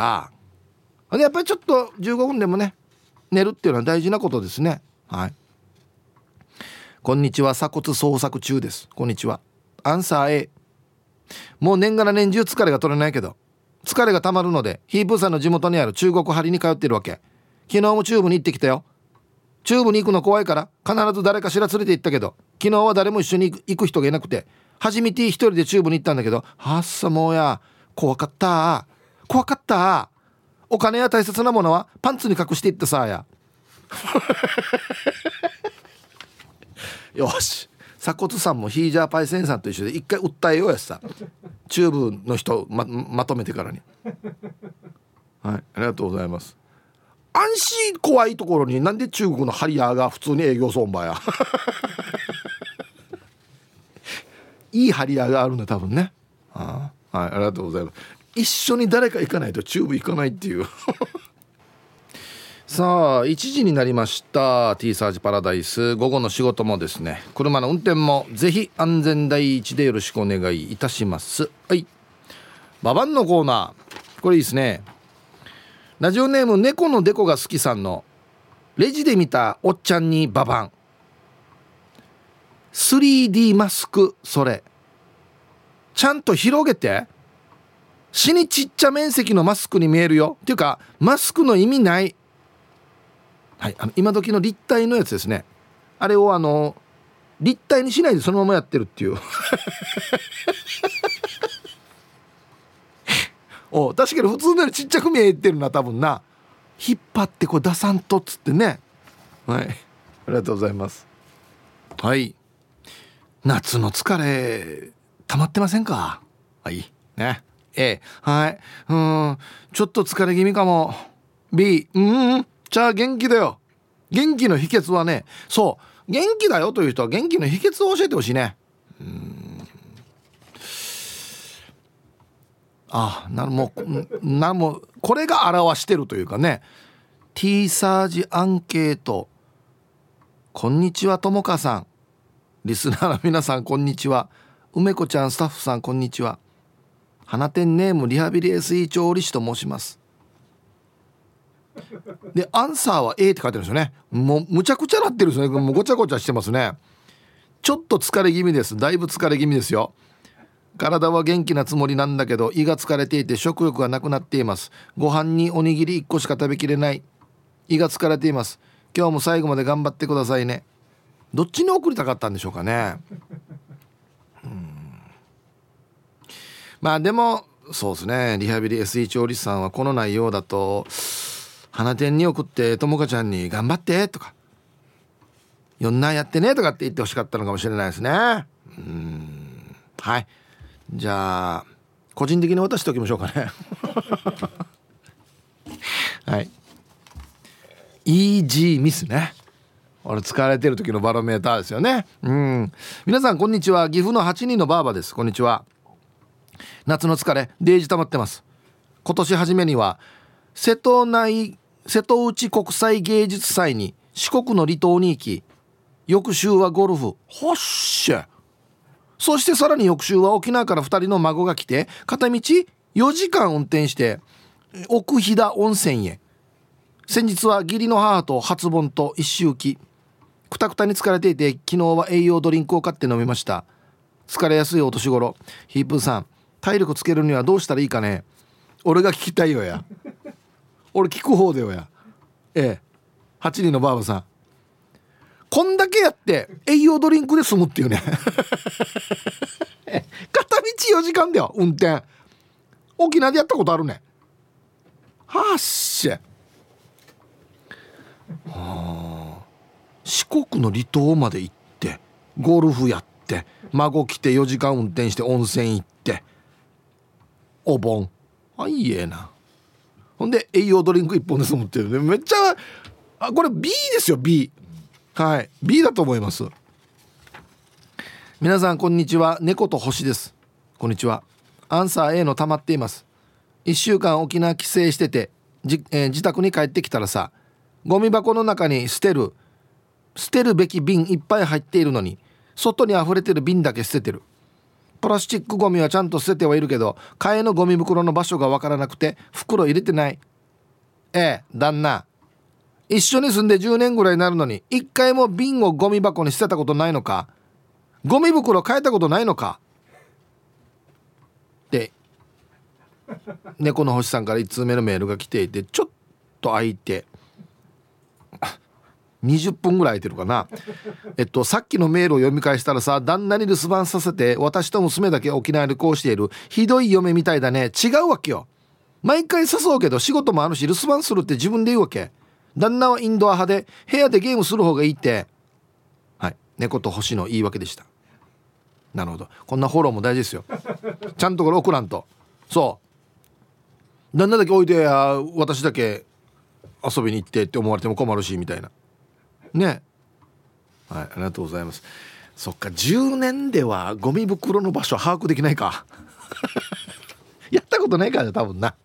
[SPEAKER 1] やっぱりちょっとじゅうごふんでもね寝るっていうのは大事なことですね。はい。こんにちは、鎖骨捜索中です。こんにちは。アンサー A。 もう年がら年中疲れが取れないけど疲れがたまるのでヒープーさんの地元にある中国針に通ってるわけ。昨日もチューブに行ってきたよ。チューブに行くの怖いから必ず誰かしら連れて行ったけど、昨日は誰も一緒に行く人がいなくて初めて一人でチューブに行ったんだけど、はっさもうや怖かった怖かった。お金や大切なものはパンツに隠していったさやよし、鎖骨さんもヒージャーパイセンさんと一緒で一回訴えようやさ、チューブの人 ま, まとめてからに。はい、ありがとうございます。安心怖いところになんで中国のハリアーが普通に営業損ばやいいハリアーがあるんだ多分ね。あ、はい、ありがとうございます。一緒に誰か行かないとチューブ行かないっていうさあいちじになりました。 T サージパラダイス、午後の仕事もですね、車の運転もぜひ安全第一でよろしくお願いいたします。はい、ババンのコーナー、これいいですね。ラジオネーム猫のデコが好きさんの、レジで見たおっちゃんにババン、 スリーディー マスク、それちゃんと広げて、死にちっちゃ面積のマスクに見えるよっていうか、マスクの意味ない。はい、あの今時の立体のやつですね。あれをあの立体にしないでそのままやってるっていうお、確かに普通のよりちっちゃく見えてるな多分な。引っ張ってこう出さんとっつってね。はい、ありがとうございます。はい、夏の疲れ溜まってませんか。はいね、A、はい、うーんちょっと疲れ気味かも。 B、 うーんじゃあ元気だよ。元気の秘訣はね、そう元気だよという人は元気の秘訣を教えてほしいね。うーん、あ、なるもうなもうこれが表してるというかね。 T サージアンケート、こんにちはともかさん、リスナーの皆さんこんにちは、梅子ちゃんスタッフさんこんにちは、花店ネームリハビリ エスイー 調理師と申します。でアンサーは A って書いてるんですよね。もうむちゃくちゃなってるんですよね。もうごちゃごちゃしてますね。ちょっと疲れ気味です。だいぶ疲れ気味ですよ。体は元気なつもりなんだけど胃が疲れていて食欲がなくなっています。ご飯におにぎりいっこしか食べきれない。胃が疲れています。今日も最後まで頑張ってくださいね。どっちに送りたかったんでしょうかね。うーん、まあでもそうですね、リハビリ エスイー 調理師さんはこの内容だと花店に送ってともかちゃんに頑張ってとかよんなやってねとかって言ってほしかったのかもしれないですね。うーん、はい、じゃあ個人的に渡しておきましょうかねはい、イージー ミスね。俺疲れてる時のバロメーターですよね。うん、皆さんこんにちは、岐阜のはちにんのバーバです。こんにちは。夏の疲れデージ溜まってます。今年初めには瀬戸内瀬戸内国際芸術祭に四国の離島に行き、翌週はゴルフ、ほっしゃ。そしてさらに翌週は沖縄からふたりの孫が来て片道よじかん運転して奥飛騨温泉へ。先日は義理の母と初盆と一周忌。くたくたに疲れていて昨日は栄養ドリンクを買って飲みました。疲れやすいお年頃、ヒープーさん体力つけるにはどうしたらいいかね。俺が聞きたいよや俺聞く方でよや。ええ、はちにんのバーバさん、こんだけやって栄養ドリンクで済むっていうね片道よじかんだよ運転。沖縄でやったことあるね。はっしゃ、はあ、四国の離島まで行ってゴルフやって孫来てよじかん運転して温泉行ってお盆、あ、いいえな。ほんで栄養ドリンクいっぽんで済むっていうね。めっちゃ、あ、これ B ですよ B。 はい、 B だと思います。皆さんこんにちは、猫と星です。こんにちは。アンサー A の溜まっています。いっしゅうかん沖縄帰省しててじ、えー、自宅に帰ってきたらさ、ゴミ箱の中に捨てる捨てるべき瓶いっぱい入っているのに外に溢れてる瓶だけ捨ててる。プラスチックゴミはちゃんと捨ててはいるけど替えのゴミ袋の場所がわからなくて袋入れてない。ええ、旦那、一緒に住んでじゅうねんぐらいになるのに一回も瓶をゴミ箱に捨てたことないのか、ゴミ袋変えたことないのかって猫の星さんからいち通目のメールが来ていて、ちょっと空いてにじゅっぷんぐらい空いてるかな。えっとさっきのメールを読み返したらさ、旦那に留守番させて私と娘だけ沖縄旅行しているひどい嫁みたいだね。違うわけよ。毎回誘うけど仕事もあるし留守番するって自分で言うわけ。旦那はインドア派で部屋でゲームする方がいいって。はい、 猫と星の言い訳でした。なるほど、こんなフォローも大事ですよ。ちゃんとこれ送らんと。そう旦那だけ置いてや私だけ遊びに行ってって思われても困るしみたいなね。はい、ありがとうございます。そっか、じゅうねんではゴミ袋の場所把握できないかやったことないからね多分な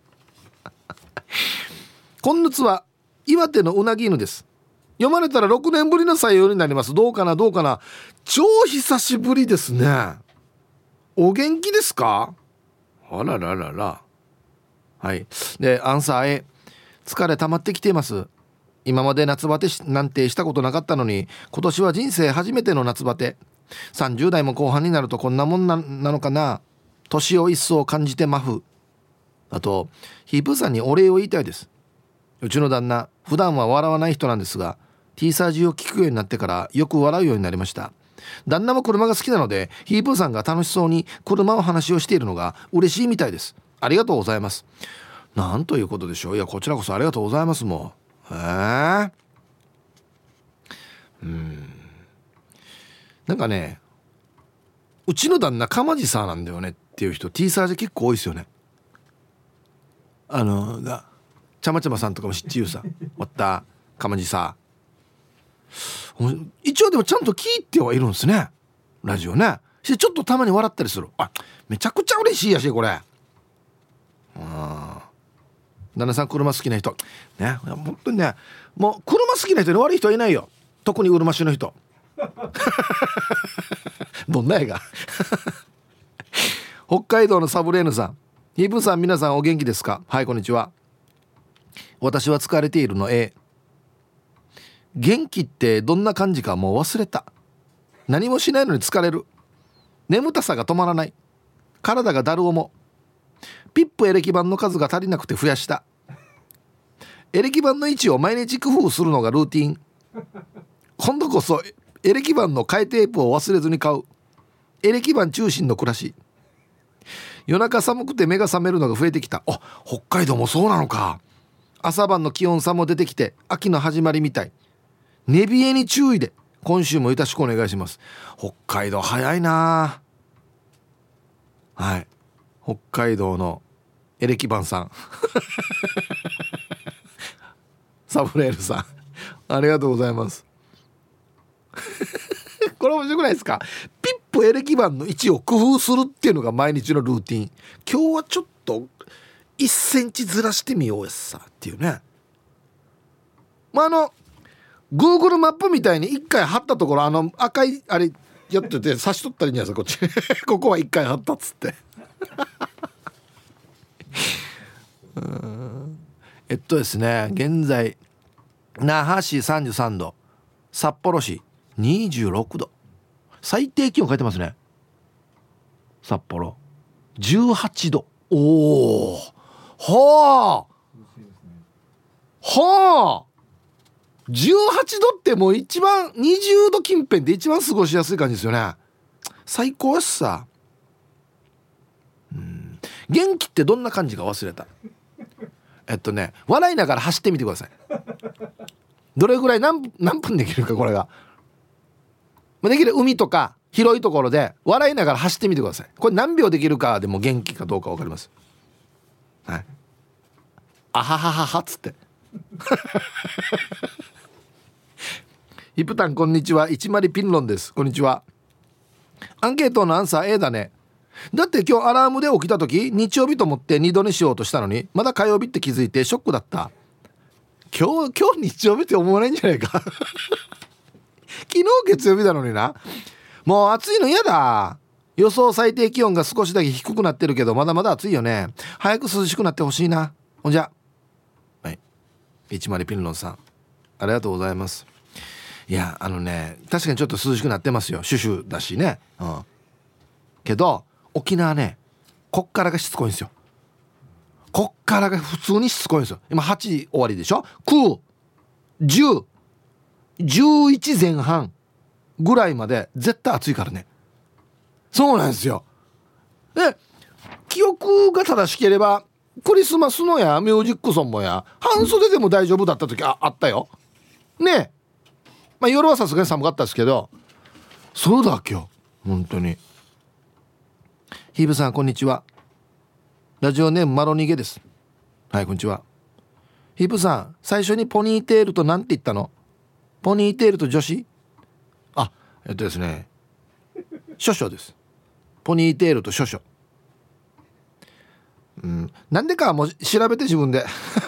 [SPEAKER 1] 今月は岩手のうなぎ犬です。読まれたらろくねんぶりの採用になります。どうかなどうかな。超久しぶりですね。お元気ですか。あらららら。はい。でアンサー A、 疲れ溜まってきています。今まで夏バテなんてしたことなかったのに今年は人生初めての夏バテ。さんじゅう代も後半になるとこんなもん な, なのかな。年を一層感じてマフ。あとヒープーさんにお礼を言いたいです。うちの旦那普段は笑わない人なんですが T サージを聞くようになってからよく笑うようになりました。旦那も車が好きなのでヒープーさんが楽しそうに車の話をしているのが嬉しいみたいです。ありがとうございます。なんということでしょう。いやこちらこそありがとうございます。もうへえうんなんかね、うちの旦那かまじさなんだよねっていう人 T サージ結構多いですよね。あのだちゃまちゃまさんとかも知っちゅうさわったかまじさ一応でもちゃんと聞いてはいるんですねラジオね。してちょっとたまに笑ったりする。あめちゃくちゃ嬉しいやしこれ。あ旦那さん車好きな人ね本当にねもう車好きな人に悪い人はいないよ。特にうるま市の人どんなやが北海道のサブレーヌさん、ヒープさん皆さんお元気ですか。はいこんにちは。私は疲れているの A。 元気ってどんな感じかもう忘れた。何もしないのに疲れる。眠たさが止まらない。体がだる重。ピップエレキ板の数が足りなくて増やした。エレキ板の位置を毎日工夫するのがルーティン。今度こそエレキ板の替えテープを忘れずに買う。エレキ板中心の暮らし。夜中寒くて目が覚めるのが増えてきた。あ北海道もそうなのか。朝晩の気温差も出てきて秋の始まりみたい。寝冷えに注意で今週もよろしくお願いします。北海道早いな。はい北海道のエレキバンさんサブレールさんありがとうございますこれ面白くないですか。ピップエレキ板の位置を工夫するっていうのが毎日のルーティン。今日はちょっといっセンチずらしてみようやさっていうね。まああの Google マップみたいにいっかい貼ったところあの赤いあれやってて差し取ったらいいんじゃないですかこっちここはいっかい貼ったっつってうんえっとですね現在那覇市さんじゅうさんど、札幌市にじゅうろくど、最低気温書いてますね。札幌じゅうはちど。おおはあはあじゅうはちどってもう一番にじゅうど近辺で一番過ごしやすい感じですよね。最高やしさ。うん元気ってどんな感じか忘れた。えっとね笑いながら走ってみてください。どれぐらい 何, 何分できるか。これができる海とか広いところで笑いながら走ってみてください。これ何秒できるかでも元気かどうか分かります。はいあははははっつってヒプタンこんにちは。一丸ピンロンです。こんにちは。アンケートのアンサー A だね。だって今日アラームで起きた時日曜日と思って二度寝しようとしたのにまだ火曜日って気づいてショックだった。今日今日日曜日って思わないんじゃないか昨日月曜日なのにな。もう暑いの嫌だ。予想最低気温が少しだけ低くなってるけどまだまだ暑いよね。早く涼しくなってほしいな。ほんじゃはい一丸ピンロンさんありがとうございます。いやあのね確かにちょっと涼しくなってますよ。シュシュだしね、うん、けど沖縄ねこっからがしつこいんですよ。こっからが普通にしつこいんですよ。今はちじ終わりでしょ。きゅう、じゅう、じゅういちぜん半ぐらいまで絶対暑いからね。そうなんですよ。で記憶が正しければクリスマスのやミュージックソンもや半袖でも大丈夫だった時 あ, あったよねえ。まあ夜はさすがに寒かったですけどそうだ今日本当に。ヒーブさんこんにちは。ラジオネームマロニゲです。はいこんにちは。ヒーブさん最初にポニーテールと何て言ったの？ポニーテールと女子？あえっとですね少々です。ポニーテールと少々。うん、なんでかもう調べて自分で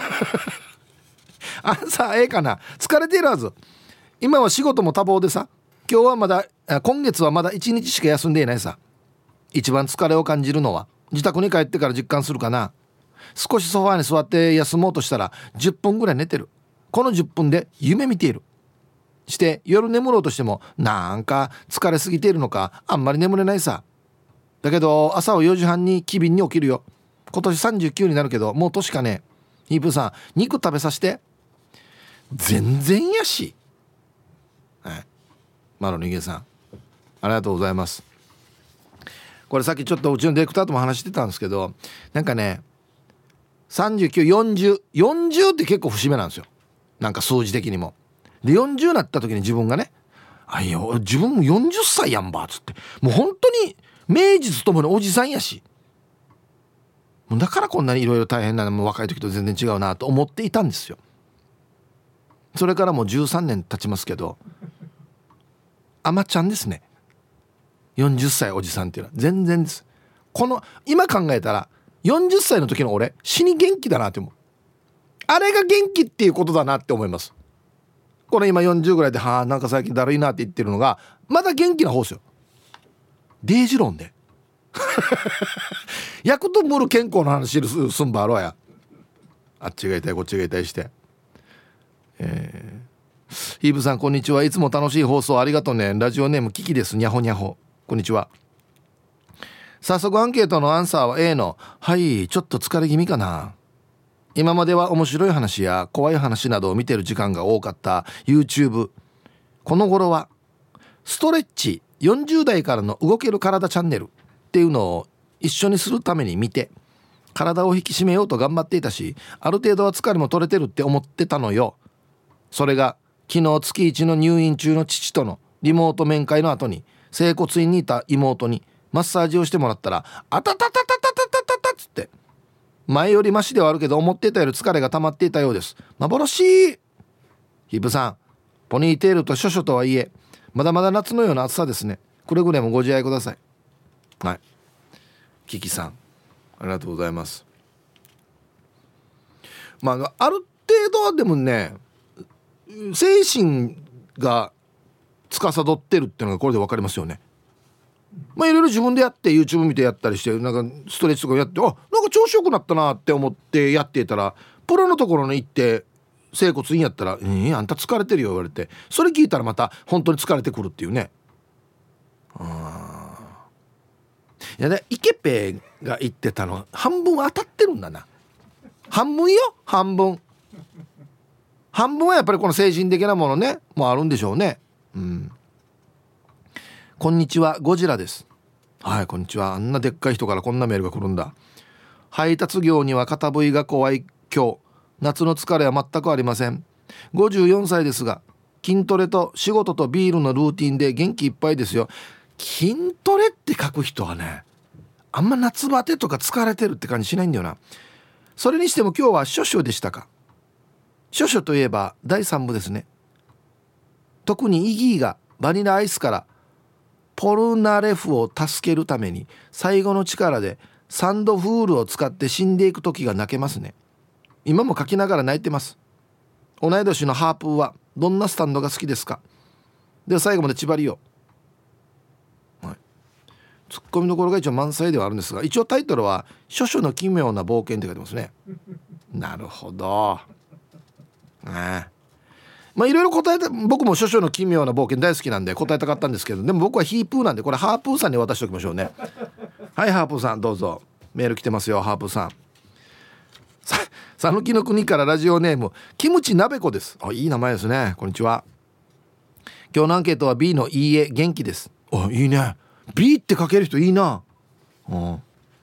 [SPEAKER 1] アンサー A かな。疲れているはず。今は仕事も多忙でさ、今日はまだ今月はまだいちにちしか休んでいないさ。一番疲れを感じるのは自宅に帰ってから実感するかな。少しソファーに座って休もうとしたらじゅっぷんぐらい寝てる。このじゅっぷんで夢見ている。して夜眠ろうとしてもなんか疲れすぎているのかあんまり眠れないさ。だけど朝はよじはんに機敏に起きるよ。今年さんじゅうきゅうになるけどもう年かね。ヒープさん肉食べさせて。全然やし、はい、マロニゲさんありがとうございます。これさっきちょっとうちのディレクターとも話してたんですけど、なんかねさんじゅうきゅう、よんじゅう、よんじゅうって結構節目なんですよ。なんか数字的にも。でよんじゅうになった時に自分がね、あいよ自分もよんじゅっさいやんばっつって、もう本当に名実ともにおじさんやし、だからこんなにいろいろ大変なのも若い時と全然違うなと思っていたんですよ。それからもうじゅうさんねん経ちますけど、あまちゃんですね。よんじゅっさいおじさんっていうのは全然です。この今考えたらよんじゅっさいの時の俺死に元気だなって思う。あれが元気っていうことだなって思います。この今よんじゅうぐらいではあなんか最近だるいなって言ってるのがまだ元気な方ですよ。デイジロンでヤクとムール健康の話すんばろや。あっちが痛いこっちが痛いして、えー、ヒーブさんこんにちは。いつも楽しい放送ありがとうね。ラジオネームキキです。にゃほにゃほ。こんにちは。早速アンケートのアンサーは A のはいちょっと疲れ気味かな。今までは面白い話や怖い話などを見てる時間が多かった YouTube。 この頃はストレッチよんじゅう代からの動ける体チャンネルっていうのを一緒にするために見て体を引き締めようと頑張っていたし、ある程度は疲れも取れてるって思ってたのよ。それが昨日月いちの入院中の父とのリモート面会の後に整骨院にいた妹にマッサージをしてもらったらあたたたたたたたたたっつって前よりマシではあるけど思っていたより疲れが溜まっていたようです。幻。ヒブさんポニーテールと諸々とはいえまだまだ夏のような暑さですね。くれぐれもご自愛ください。はい、キキさんありがとうございます。まあある程度はでもね精神が司ってるっていうのがこれで分かりますよね。まあいろいろ自分でやって YouTube 見てやったりしてなんかストレッチとかやってあなんか調子よくなったなって思ってやっていたらプロのところに行って整骨院やったら「えー、あんた疲れてるよ」言われてそれ聞いたらまた本当に疲れてくるっていうね。あいやねイケペイが言ってたの半分当たってるんだな。半分よ半分半分はやっぱりこの精神的なものねもうあるんでしょうね。うん。こんにちはゴジラです。はいこんにちは。あんなでっかい人からこんなメールが来るんだ。配達業には肩部位が怖い今日夏の疲れは全くありません。ごじゅうよんさいですが筋トレと仕事とビールのルーティンで元気いっぱいですよ。筋トレって書く人はねあんま夏バテとか疲れてるって感じしないんだよな。それにしても今日は諸々でしたか。諸々といえばだいさん部ですね。特にイギーがバニラアイスからポルナレフを助けるために最後の力でサンドフールを使って死んでいく時が泣けますね。今も書きながら泣いてます。同い年のハープーはどんなスタンドが好きですか。では最後まで縛りよう、はい、ツッコミどころが一応満載ではあるんですが一応タイトルは諸々の奇妙な冒険って書いてますね。なるほどね。まあいろいろ答えた僕も諸々の奇妙な冒険大好きなんで答えたかったんですけどでも僕はヒープーなんでこれハープーさんに渡しておきましょうね。はいハープーさんどうぞメール来てますよ。ハープーさんさ讃岐の国からラジオネームキムチ鍋子です。あいい名前ですね。こんにちは。今日のアンケートは B のいいえ元気です。あいいね B って書ける人いいな。うん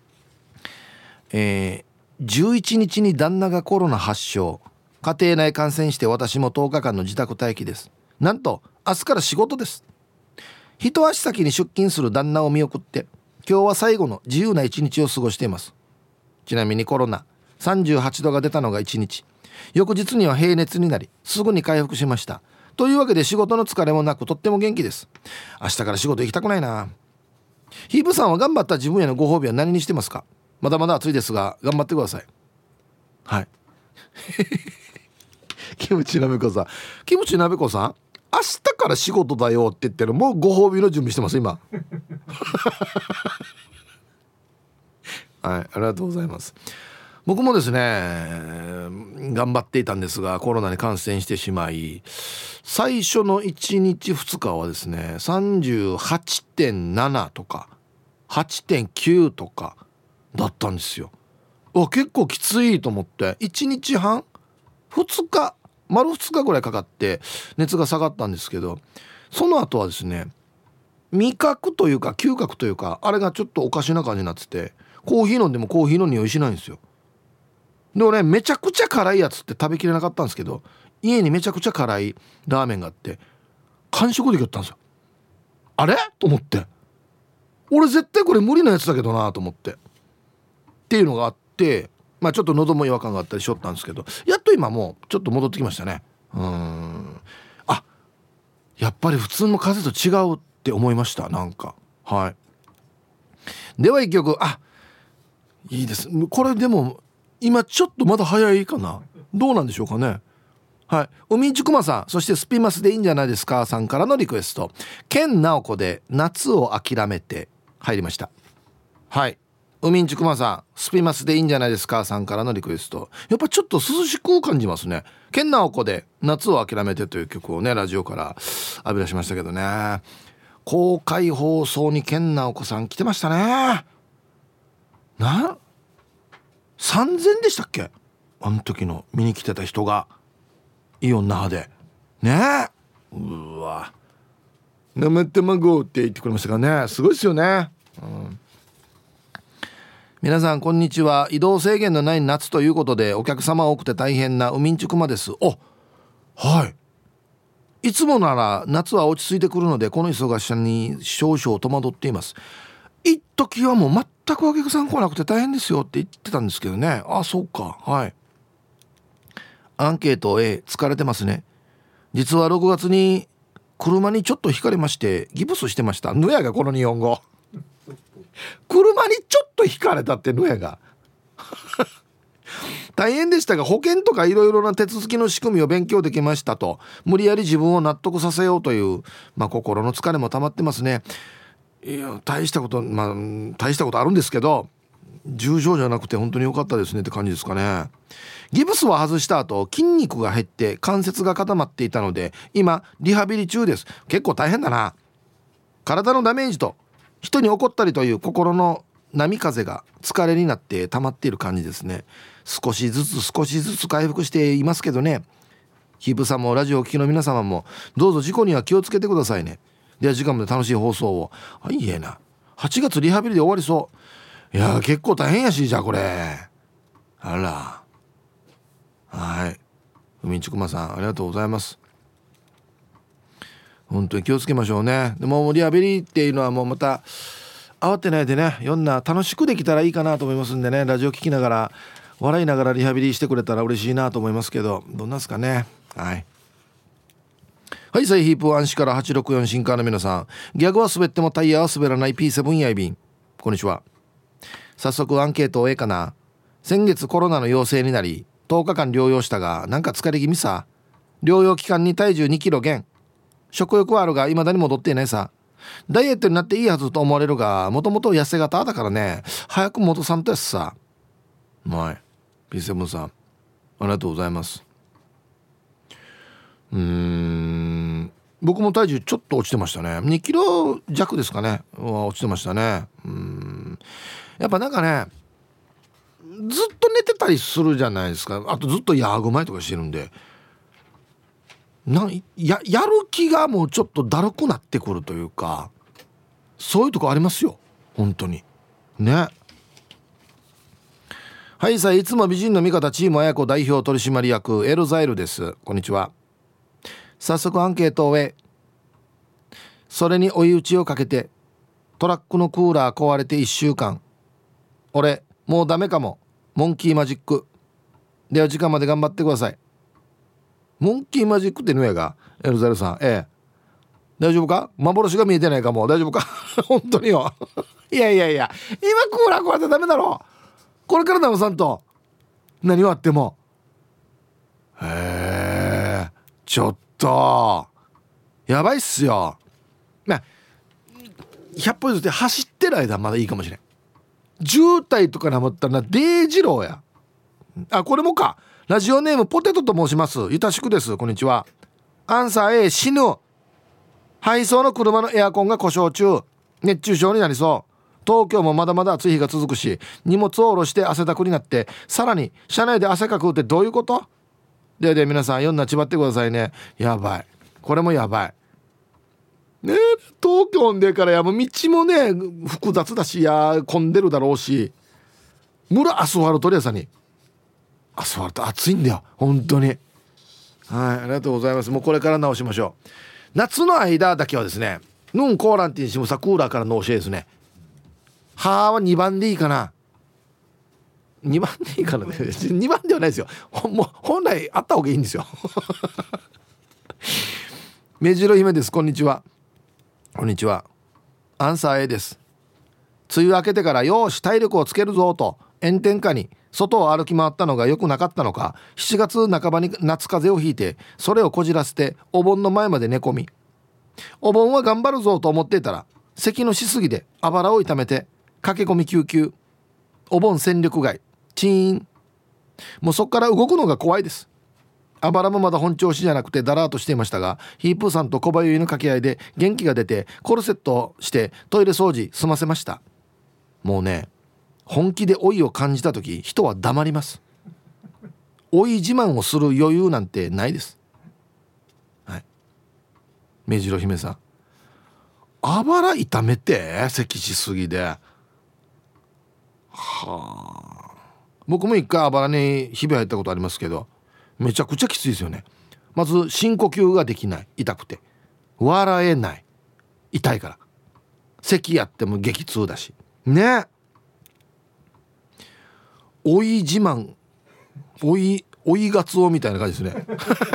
[SPEAKER 1] えー、じゅういちにちに旦那がコロナ発症家庭内感染して私もとおかかんの自宅待機です。なんと明日から仕事です。 一足先に出勤する旦那を見送って今日は最後の自由な一日を過ごしています。ちなみにコロナさんじゅうはちどが出たのがいちにち、翌日には平熱になりすぐに回復しました。というわけで仕事の疲れもなくとっても元気です。明日から仕事行きたくないな。ヒープさんは頑張った自分へのご褒美は何にしてますか？まだまだ暑いですが頑張ってください。はいキムチ鍋子さんキムチ鍋子さん明日から仕事だよって言ってる、もうご褒美の準備してます今はい、ありがとうございます。僕もですね頑張っていたんですがコロナに感染してしまい、最初のいちにちふつかはですね さんじゅうはちてんなな とか はちてんきゅう とかだったんですよ。わ結構きついと思っていちにちはんふつか丸ふつかぐらいかかって熱が下がったんですけど、その後はですね味覚というか嗅覚というかあれがちょっとおかしな感じになってて、コーヒー飲んでもコーヒーの匂いしないんですよ。でもねめちゃくちゃ辛いやつって食べきれなかったんですけど、家にめちゃくちゃ辛いラーメンがあって完食できたんですよ。あれと思って、俺絶対これ無理なやつだけどなと思ってっていうのがあって、まあちょっと喉も違和感があったりしょったんですけど、やっと今もうちょっと戻ってきましたね。うーんあやっぱり普通の風邪と違うって思いました。なんかはい。では一曲、あいいです。これでも今ちょっとまだ早いかな、どうなんでしょうかね。はい、海んちくまさん、そしてスピマスでいいんじゃないですかさんからのリクエスト、健直子で夏を諦めて入りました。はい、海んちくまさん、スピマスでいいんじゃないですかさんからのリクエスト、やっぱちょっと涼しく感じますね。健直子で夏を諦めてという曲をねラジオから浴び出しましたけどね、公開放送に健直子さん来てましたね。なさんぜんでしたっけ、あの時の見に来てた人がイオン那覇でねえ、うわ生卵って言ってくれましたからね、すごいですよね、うん、皆さんこんにちは。移動制限のない夏ということでお客様多くて大変な海んちくまです。おはい、いつもなら夏は落ち着いてくるのでこの忙しさに少々戸惑っています。一時はもう全くお客さん来なくて大変ですよって言ってたんですけどね。あそうか、はい。アンケート A、 疲れてますね。実はろくがつに車にちょっとひかれましてギプスしてました。ぬやがこの日本語車にちょっとひかれたってぬやが大変でしたが保険とかいろいろな手続きの仕組みを勉強できましたと、無理やり自分を納得させようという、まあ、心の疲れも溜まってますね。いや大したことまあ大したことあるんですけど重症じゃなくて本当に良かったですねって感じですかね。ギブスは外した後筋肉が減って関節が固まっていたので今リハビリ中です。結構大変だな。体のダメージと人に怒ったりという心の波風が疲れになって溜まっている感じですね。少しずつ少しずつ回復していますけどね。ヒープさんもラジオを聴きの皆様もどうぞ事故には気をつけてくださいね。では時間まで楽しい放送を。あいいえな、はちがつリハビリで終わりそう。いや結構大変やし、じゃあこれあらはい、海んちくまさんありがとうございます。本当に気をつけましょうね。でもリハビリっていうのはもうまた慌てないでね、いろんな楽しくできたらいいかなと思いますんでね、ラジオ聞きながら笑いながらリハビリしてくれたら嬉しいなと思いますけど、どんなんですかね。はいはい、サイヒープワンシからはちろくよん新カーの皆さん、ギャグは滑ってもタイヤは滑らない ピーセブン やいびん、こんにちは。早速アンケートをええかな。先月コロナの陽性になりとおかかん療養したがなんか疲れ気味さ。療養期間に体重にキロ減、食欲はあるが未だに戻っていないさ。ダイエットになっていいはずと思われるがもともと痩せ型だからね、早く戻さんとやつさ。はい、 ピーセブン さんありがとうございます。うーん僕も体重ちょっと落ちてましたね。にキロ弱ですかね、落ちてましたね。うーんやっぱなんかねずっと寝てたりするじゃないですか。あとずっとヤーグ前とかしてるんでな や, やる気がもうちょっとだるくなってくるというか、そういうとこありますよ本当にね。はいさあ、いつも美人の味方チームあやこ代表取締役エルザイルです。こんにちは。早速アンケートを終え、 それに追い打ちをかけてトラックのクーラー壊れていっしゅうかん。俺もうダメかも。モンキーマジック。では時間まで頑張ってください。モンキーマジックってのやがエルザルさん、ええ大丈夫か？幻が見えてないかも。大丈夫か？本当によ。いやいやいや、今クーラー壊れてダメだろ。これから直さんと何はあっても。へえ、ちょっとやばいっすよ。まあひゃっぽ譲って走ってる間はまだいいかもしれん。渋滞とかなまったらデイジローや。あ、これもか。ラジオネームポテトと申します。ゆたしくです。こんにちは。アンサー A、 死ぬ。配送の車のエアコンが故障中。熱中症になりそう。東京もまだまだ暑い日が続くし、荷物を下ろして汗だくになって、さらに車内で汗かくってどういうこと？ではでは皆さんよんなちばってくださいね。やばい、これもやばいね。東京でからやもう道もね複雑だし、や混んでるだろうし、村アスファルトレーサーにアスファルト暑いんだよ本当に。はい、ありがとうございます。もうこれから直しましょう。夏の間だけはですね、ヌンコーランティンしむさクーラーからの教えですね。はーはにばんでいいかな。にばんでいいかなね。にばんではないですよ。ほもう本来あった方がいいんですよ。目白姫です。こんにちは。こんにちは。アンサー A です。梅雨明けてからよーし体力をつけるぞと炎天下に外を歩き回ったのが良くなかったのか、しちがつなかばに夏風邪をひいて、それをこじらせてお盆の前まで寝込み、お盆は頑張るぞと思っていたら咳のしすぎであばらを痛めて駆け込み救急。お盆戦力外チーン。もうそっから動くのが怖いです。あばらもまだ本調子じゃなくてだらーっとしていましたが、ヒープーさんと小林の掛け合いで元気が出てコルセットしてトイレ掃除済ませました。もうね、本気で老いを感じた時人は黙ります。老い自慢をする余裕なんてないです。はい、目白姫さん、あばら痛めて咳しすぎで、はあ、僕も一回あばらにひび入ったことありますけど、めちゃくちゃきついですよね。まず深呼吸ができない、痛くて笑えない、痛いから、咳やっても激痛だしね。おい自慢、おいおいがつおみたいな感じですね。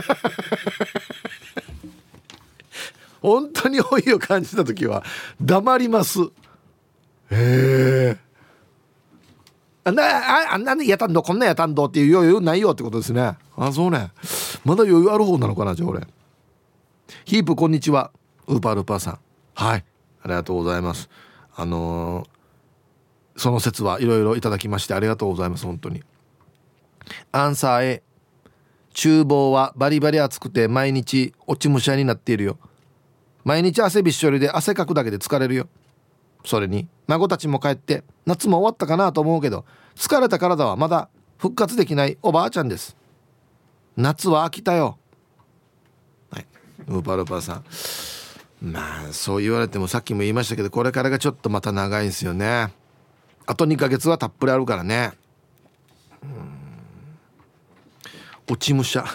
[SPEAKER 1] 本当に老いを感じた時は黙ります。へえ、あんなあんなにやたんどこんなやたんどっていう余裕ないよってことですね。あ、そうね、まだ余裕ある方なのかな。じゃあ俺ヒープこんにちは。ウーパールーパーさん、はい、ありがとうございます。あのー、その説はいろいろいただきましてありがとうございます。本当に。アンサー A、 厨房はバリバリ暑くて毎日落ち武者になっているよ。毎日汗びっしょりで汗かくだけで疲れるよ。それに孫たちも帰って夏も終わったかなと思うけど、疲れた体はまだ復活できないおばあちゃんです。夏は飽きたよ。はい、ウーパールーパーさん、まあそう言われてもさっきも言いましたけど、これからがちょっとまた長いんですよね。あとにかげつはたっぷりあるからね。うーん、落ち武者。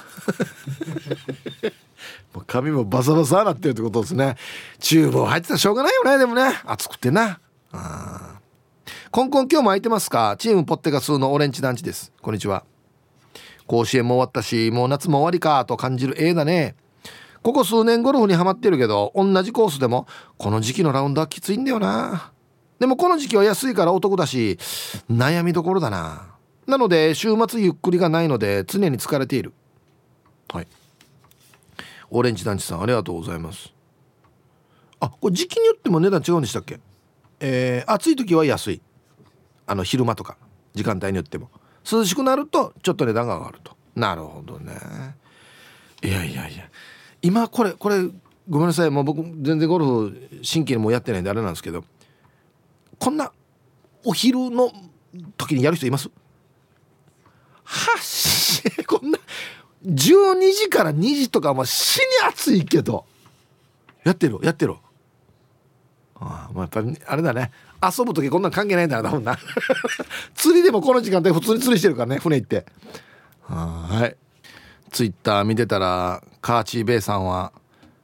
[SPEAKER 1] もう髪もバサバサなってるってことですね。厨房入ってたらしょうがないよね。でもね、暑くてな。あ、コンコン今日も空いてますか。チームポッテガスのオレンジ団地です。こんにちは。甲子園も終わったしもう夏も終わりかと感じる A だね。ここ数年ゴルフにハマってるけど、同じコースでもこの時期のラウンドはきついんだよな。でもこの時期は安いからお得だし悩みどころだな。なので週末ゆっくりがないので常に疲れている。はい、オレンジ団地さんありがとうございます。あ、これ時期によっても値段違うんでしたっけ。えー、暑い時は安い、あの昼間とか時間帯によっても。涼しくなるとちょっと値段が上がると。なるほどね。いやいやいや、今これこれごめんなさい、もう僕全然ゴルフ真剣にもうやってないんであれなんですけど、こんなお昼の時にやる人います？はっしこんなじゅうにじからにじとかは死に暑いけどやってるやってる。ああ、まあ、やっぱりあれだね、遊ぶ時こんなん関係ないんだな、な釣りでもこの時間帯普通に釣りしてるからね、船行って。はい、ツイッター見てたらカーチーベイさんは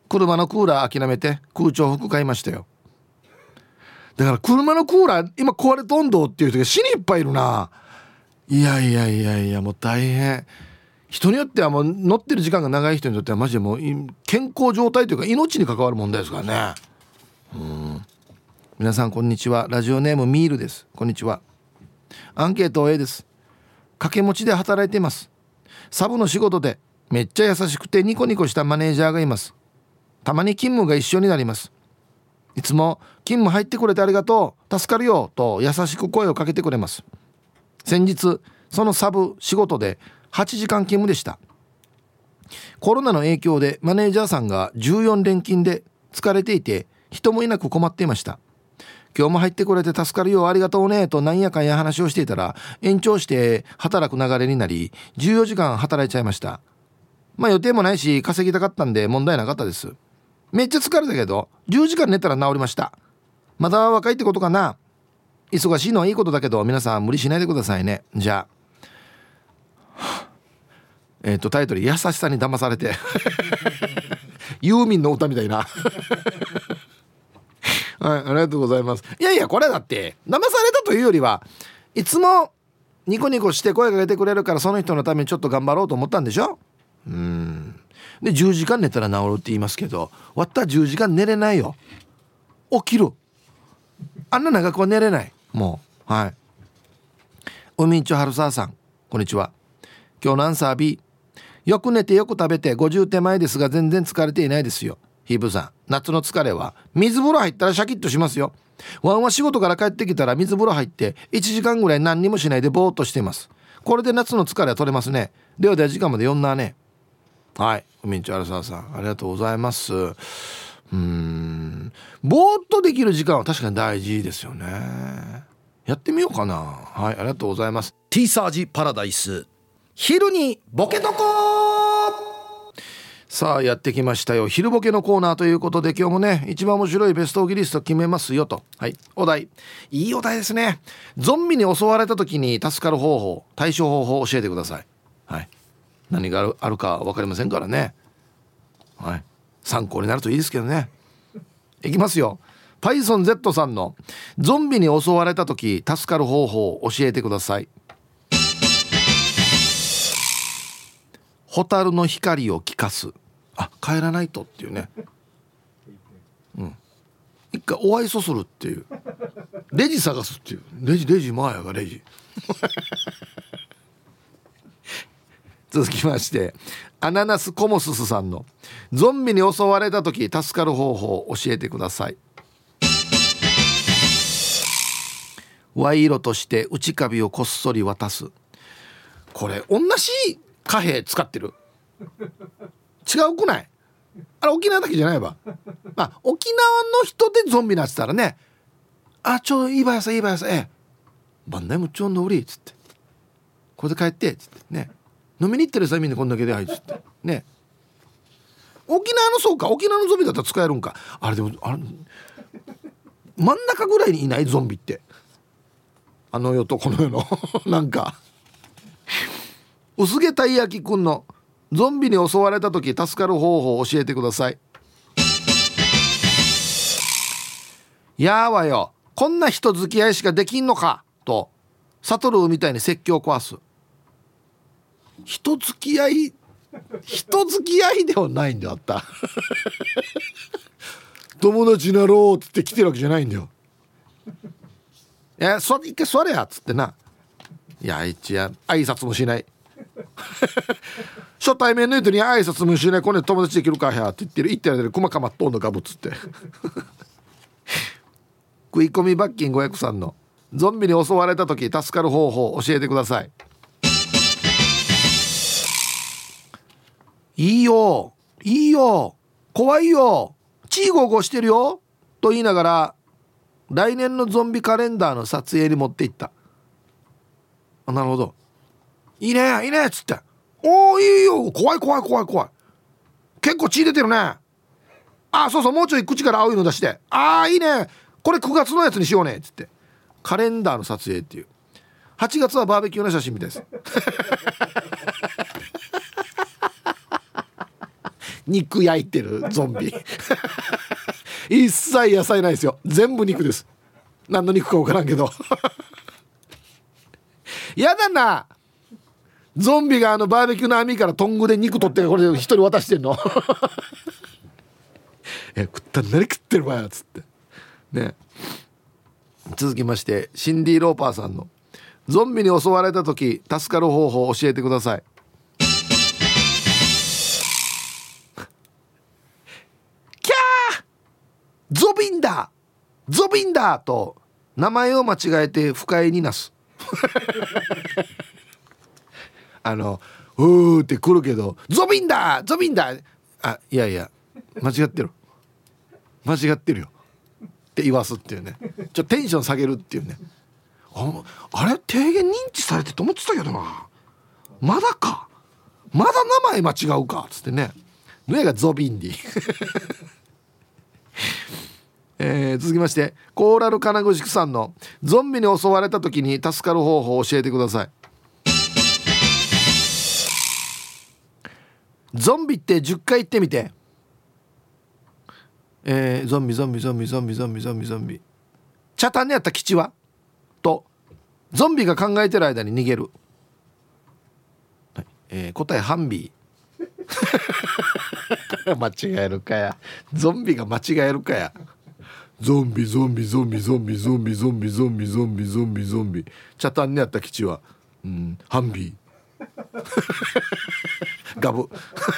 [SPEAKER 1] 車のクーラー諦めて空調服買いましたよ。だから車のクーラー今壊れとんどっていう人が死にいっぱいいるな。いやいやいやいやもう大変。人によってはもう乗ってる時間が長い人にとってはマジでもう健康状態というか命に関わる問題ですからね。うん。皆さんこんにちは。ラジオネームミールです。こんにちは。アンケート A です。掛け持ちで働いています。サブの仕事でめっちゃ優しくてニコニコしたマネージャーがいます。たまに勤務が一緒になります。いつも勤務入ってくれてありがとう、助かるよと優しく声をかけてくれます。先日そのサブ仕事ではちじかん勤務でした。コロナの影響でマネージャーさんがじゅうよん連勤で疲れていて人もいなく困っていました。今日も入ってくれて助かるよありがとうねとなんやかんや話をしていたら延長して働く流れになりじゅうよじかん働いちゃいました。まあ予定もないし稼ぎたかったんで問題なかったです。めっちゃ疲れたけどじゅうじかん寝たら治りました。まだ若いってことかな。忙しいのはいいことだけど皆さん無理しないでくださいね。じゃあえっとタイトル優しさに騙されてユーミンの歌みたいなはい、ありがとうございます。いやいやこれだって騙されたというよりはいつもニコニコして声かけてくれるからその人のためにちょっと頑張ろうと思ったんでしょ。うーんでじゅうじかん寝たら治るって言いますけどわったじゅうじかん寝れないよ。起きるあんな長くは寝れないもう。はい。おみんちょはるさーさんこんにちは。今日のアンサー B。 よく寝てよく食べてごじゅう手前ですが全然疲れていないですよ。ヒーブさん夏の疲れは水風呂入ったらシャキッとしますよ。ワンは仕事から帰ってきたら水風呂入っていちじかんぐらい何にもしないでぼーっとしています。これで夏の疲れは取れますね。ではでは時間まで読んだね。はい、おみんちょはるさーさんありがとうございます。うーんぼーっとできる時間は確かに大事ですよね。やってみようかな。はい、ありがとうございます。
[SPEAKER 3] T サージパラダイス昼にボケとこ。
[SPEAKER 1] さあやってきましたよ昼ボケのコーナーということで今日もね一番面白いベストオギリスト決めますよと。はい、お題いいお題ですね。ゾンビに襲われた時に助かる方法対処方法を教えてください。はい、何がある、あるか分かりませんからね。はい、参考になるといいですけどね。いきますよ。パイソン Z さんのゾンビに襲われた時助かる方法を教えてください。ホタルの光を聞かす。あ、帰らないとっていうね。うん。一回お愛想するっていう。レジ探すっていう。レジレジマーヤがレジ。続きましてアナナスコモススさんのゾンビに襲われた時助かる方法を教えてください。賄賂として内カビをこっそり渡す。これ同じ貨幣使ってる。違うくない？あれ沖縄だけじゃないわ。あ、沖縄の人でゾンビなってたらね、あちょいいばやさいいばやさええバンダイムちょんの売りっつってこれで帰ってっつってね、飲みに行ってるさみんなこんだけではいっつってね。沖縄のそうか沖縄のゾンビだったら使えるんか。あれでもあれ真ん中ぐらいにいないゾンビって、あの世とこの世のなんか薄毛たい焼きくんのゾンビに襲われた時助かる方法を教えてください。やーわよこんな人付き合いしかできんのかとサトルみたいに説教を壊す。人付き合い人付き合いではないんだよあった友達なろうっつって来てるわけじゃないんだよ。えそ一回座れやっつってな。いや一や挨拶もしない初対面の人に挨拶もしない。これ友達できるかやって言ってる言ってる間に細かまっとんのかぶっつって食い込み罰金ごひゃくさんのゾンビに襲われた時助かる方法を教えてください。いいよいいよ怖いよチーゴーゴーしてるよと言いながら来年のゾンビカレンダーの撮影に持って行った。あ、なるほど、いいねいいねっつって、おーいいよ怖い怖い怖い怖い結構血出てるね。あ、そうそうもうちょい口から青いの出して、あーいいねこれくがつのやつにしようねっつってカレンダーの撮影っていう。はちがつはバーベキューの写真みたいです肉焼いてるゾンビ一切野菜ないですよ、全部肉です。何の肉か分からんけどやだな、ゾンビがあのバーベキューの網からトングで肉取ってこれ一人渡してんのえ食ったら何食ってるわよっつってね。続きましてシンディ・ローパーさんのゾンビに襲われた時助かる方法を教えてください。キャーゾビンだゾビンだと名前を間違えて不快になすあのうーって来るけどゾビンだゾビンだ、あいやいや間違ってる間違ってるよって言わすっていうね、ちょっとテンション下げるっていうね。 あ, あれ提言認知されてと思ってたけどな、まだかまだ名前間違うかっつってね。上がゾビンディえー、続きましてコーラル金具宿さんのゾンビに襲われた時に助かる方法を教えてください。ゾンビってじゅっかい言ってみて。えー、ゾンビゾンビゾンビゾンビゾンビゾンビゾンビ茶炭にあった基地はとゾンビが考えてる間に逃げる、はいえー、答えハンビー間違えるかや、ゾンビが間違えるかや。ゾンビゾンビゾンビゾンビゾンビゾンビゾンビゾンビゾンビゾンビ茶炭にあった基地は、うん、ハンビーガブ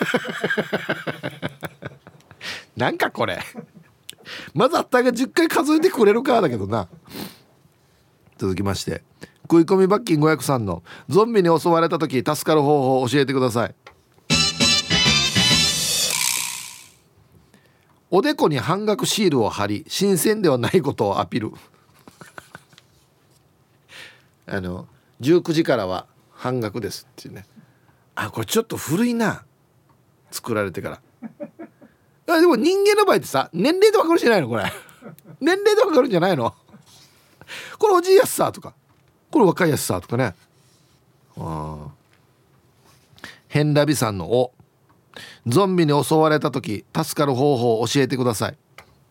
[SPEAKER 1] なんかこれまずあったがじゅっかい数えてくれるかだけどな。続きまして食い込み罰金ごひゃくさんのゾンビに襲われた時助かる方法を教えてください。おでこに半額シールを貼り新鮮ではないことをアピールあのじゅうくじからは半額ですっていうね。あこれちょっと古いな、作られてからあでも人間の場合ってさ年齢で分かるじゃないのこれ年齢で分かるんじゃないのこれおじいやすさとかこれ若いやすさとかね。あヘンラビさんのおゾンビに襲われた時助かる方法を教えてください。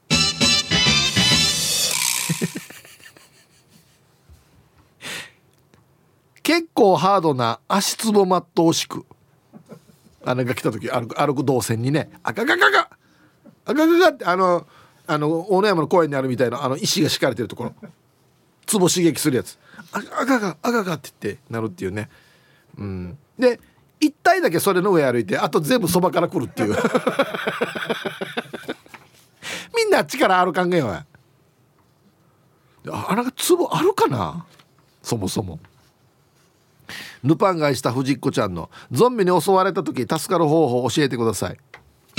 [SPEAKER 1] 結構ハードな足つぼマットを敷く。あれが来た時歩く歩く動線にね、あかかかかあかかかってあのあの大野山の公園にあるみたいなあの石が敷かれてるところ、つぼ刺激するやつ、あかかかあかかって言ってなるっていうね。うんで一体だけそれの上歩いてあと全部そばから来るっていうみんなあっちから歩かんげよ。ああなんかツボあるかなそもそも。ルパンがした藤子ちゃんのゾンビに襲われた時助かる方法を教えてください。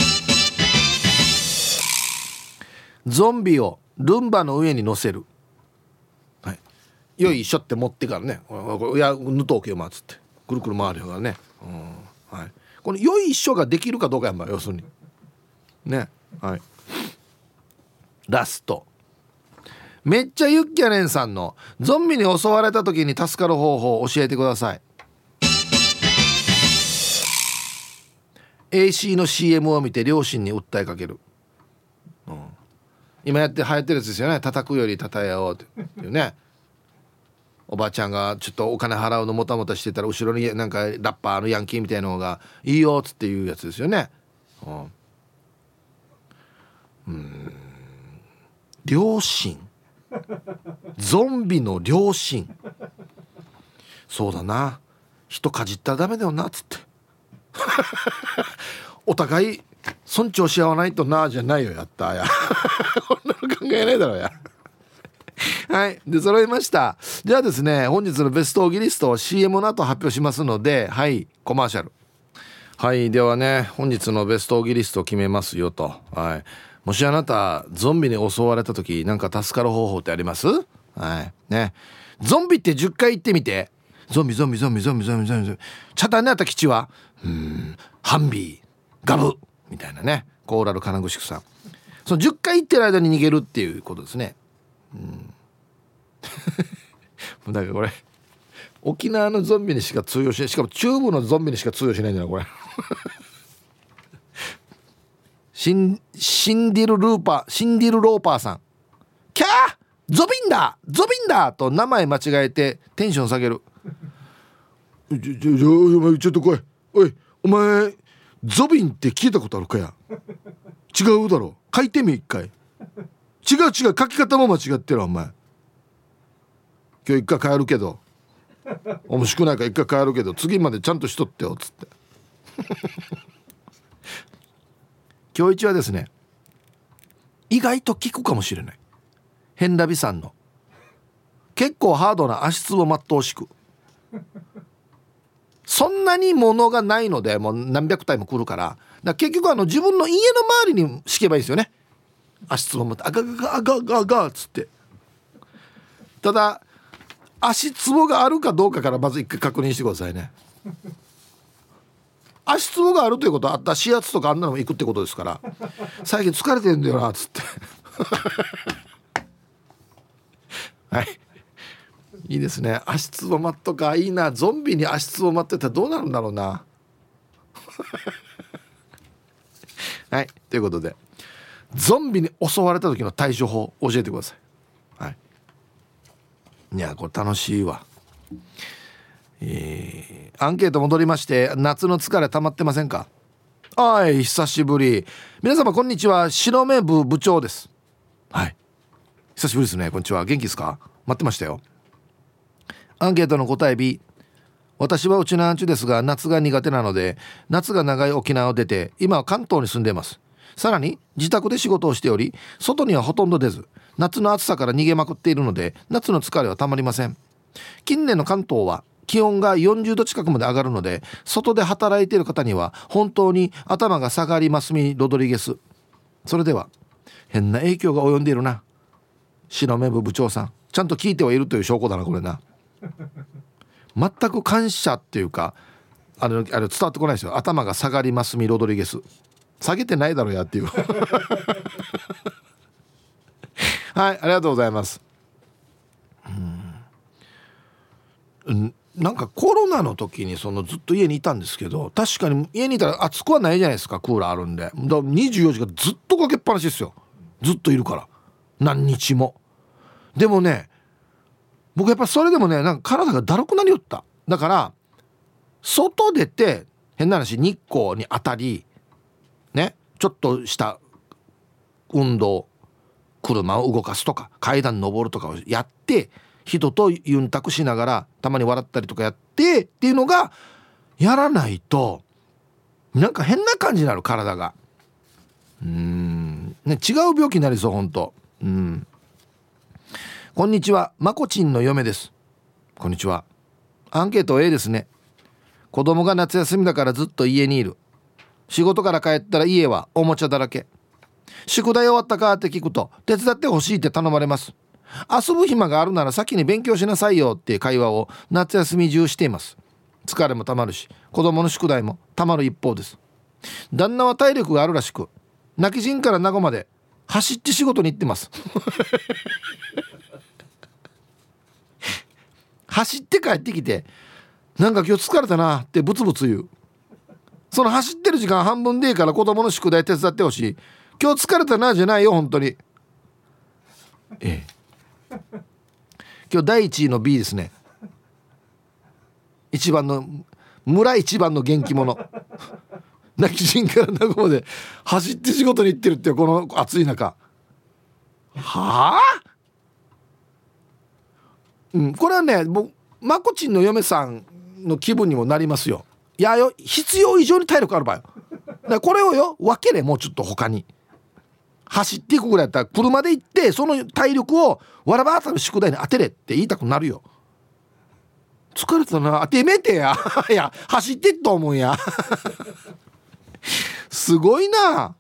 [SPEAKER 1] ゾンビをルンバの上に乗せる、はい、よいしょって持ってからね、いやぬとおけよまっつってくるくる回るからね、うんはい、このよいしょができるかどうかやんば要するにね。はい、ラストめっちゃユッキャネンさんのゾンビに襲われた時に助かる方法を教えてください。 エーシー の シーエム を見て両親に訴えかける、うん、今やって流行ってるやつですよね。叩くより叩えようっていうね。おばあちゃんがちょっとお金払うのもたもたしてたら後ろになんかラッパーのヤンキーみたいなのがいいよっつっていうやつですよね。うん、うん両親ゾンビの両親そうだな、人かじったらダメだよなっつってお互い尊重し合わないとなじゃないよやったやこんなの考えないだろうやはいで揃いました。じゃあですね本日のベストオギリストを シーエム の後発表しますので、はいコマーシャル。はいではね本日のベストオギリストを決めますよと。はいもしあなたゾンビに襲われた時なんか助かる方法ってあります？はいねゾンビってじゅっかい言ってみて。ゾンビゾンビゾンビゾンビゾンビゾンビゾンビチャタンにあった基地はうーんハンビーガブみたいなね。コーラル金具宿さんそのじゅっかい言ってる間に逃げるっていうことですね。うんだからこれ沖縄のゾンビにしか通用しない、しかも中部のゾンビにしか通用しないんだよこれシンシンディルルーパーシンディルローパーさん、キャーゾビンだゾビンだと名前間違えてテンション下げる。ちょちょちょお前ちょっと来い、おいお前ゾビンって聞いたことあるかや。違うだろ、書いてみ一回。違う違う、書き方も間違ってるお前。今日一回帰るけど面白くないから一回帰るけど次までちゃんとしとってよっつって今日一はですね、意外と効くかもしれない。ヘンラビさんの結構ハードな足つぼマットを敷く。そんなに物がないのでもう何百体も来るから、だから結局あの自分の家の周りに敷けばいいですよね。足つぼマットあがががががっつって。ただ足つぼがあるかどうかからまず一回確認してくださいね。足つぼがあるということはあった指圧とかあんなのも行くってことですから、最近疲れてるんだよなっつってはい、いいですね。足つぼマットか、いいな。ゾンビに足つぼマットってどうなるんだろうなはい、ということでゾンビに襲われた時の対処法教えてください。はい、いやこれ楽しいわ。えー、アンケート戻りまして、夏の疲れ溜まってませんか。はい、久しぶり。皆様こんにちは、白目部部長です。はい、久しぶりですね。こんにちは、元気ですか。待ってましたよ。アンケートの答え B、 私はうちのアンチュですが夏が苦手なので夏が長い沖縄を出て今は関東に住んでいます。さらに自宅で仕事をしており外にはほとんど出ず夏の暑さから逃げまくっているので夏の疲れはたまりません。近年の関東は気温がよんじゅうど近くまで上がるので外で働いている方には本当に頭が下がりますみロドリゲス。それでは変な影響が及んでいるな。白目部部長さん、ちゃんと聞いてはいるという証拠だなこれな。全く感謝っていうかあれ、あれ伝わってこないですよ。頭が下がりますみロドリゲス、下げてないだろうやっていうはい、ありがとうございます。うん、なんかコロナの時にそのずっと家にいたんですけど、確かに家にいたら暑くはないじゃないですか。クーラーあるんで、だからにじゅうよじかんずっとかけっぱなしですよ。ずっといるから何日も。でもね僕やっぱそれでもねなんか体がだるくなりよった。だから外出て変な話日光に当たりね、ちょっとした運動、車を動かすとか階段登るとかをやって人とユンタクしながらたまに笑ったりとかやってっていうのがやらないとなんか変な感じになる体が。うーん、ね、違う病気になりそうほんと。うん。こんにちは、まこちんの嫁です。こんにちは。アンケート A ですね。子供が夏休みだからずっと家にいる。仕事から帰ったら家はおもちゃだらけ。宿題終わったかって聞くと手伝ってほしいって頼まれます。遊ぶ暇があるなら先に勉強しなさいよっていう会話を夏休み中しています。疲れもたまるし子供の宿題もたまる一方です。旦那は体力があるらしく泣き人から名護まで走って仕事に行ってます走って帰ってきてなんか今日疲れたなってブツブツ言う。その走ってる時間半分でいいから子供の宿題手伝ってほしい。今日疲れたなじゃないよ本当に。ええ、今日だいいちいの B ですね。一番の村一番の元気者泣き人から名護まで走って仕事に行ってるってこの暑い中はあ、うん、これはね僕まこちんの嫁さんの気分にもなりますよ。いやよ必要以上に体力ある場合だからこれをよ分けれもうちょっと他に走っていくぐらいだったら車で行ってその体力をわらばあたの宿題に当てれって言いたくなるよ。疲れたなてめえてやいや走ってっと思うんやすごいな。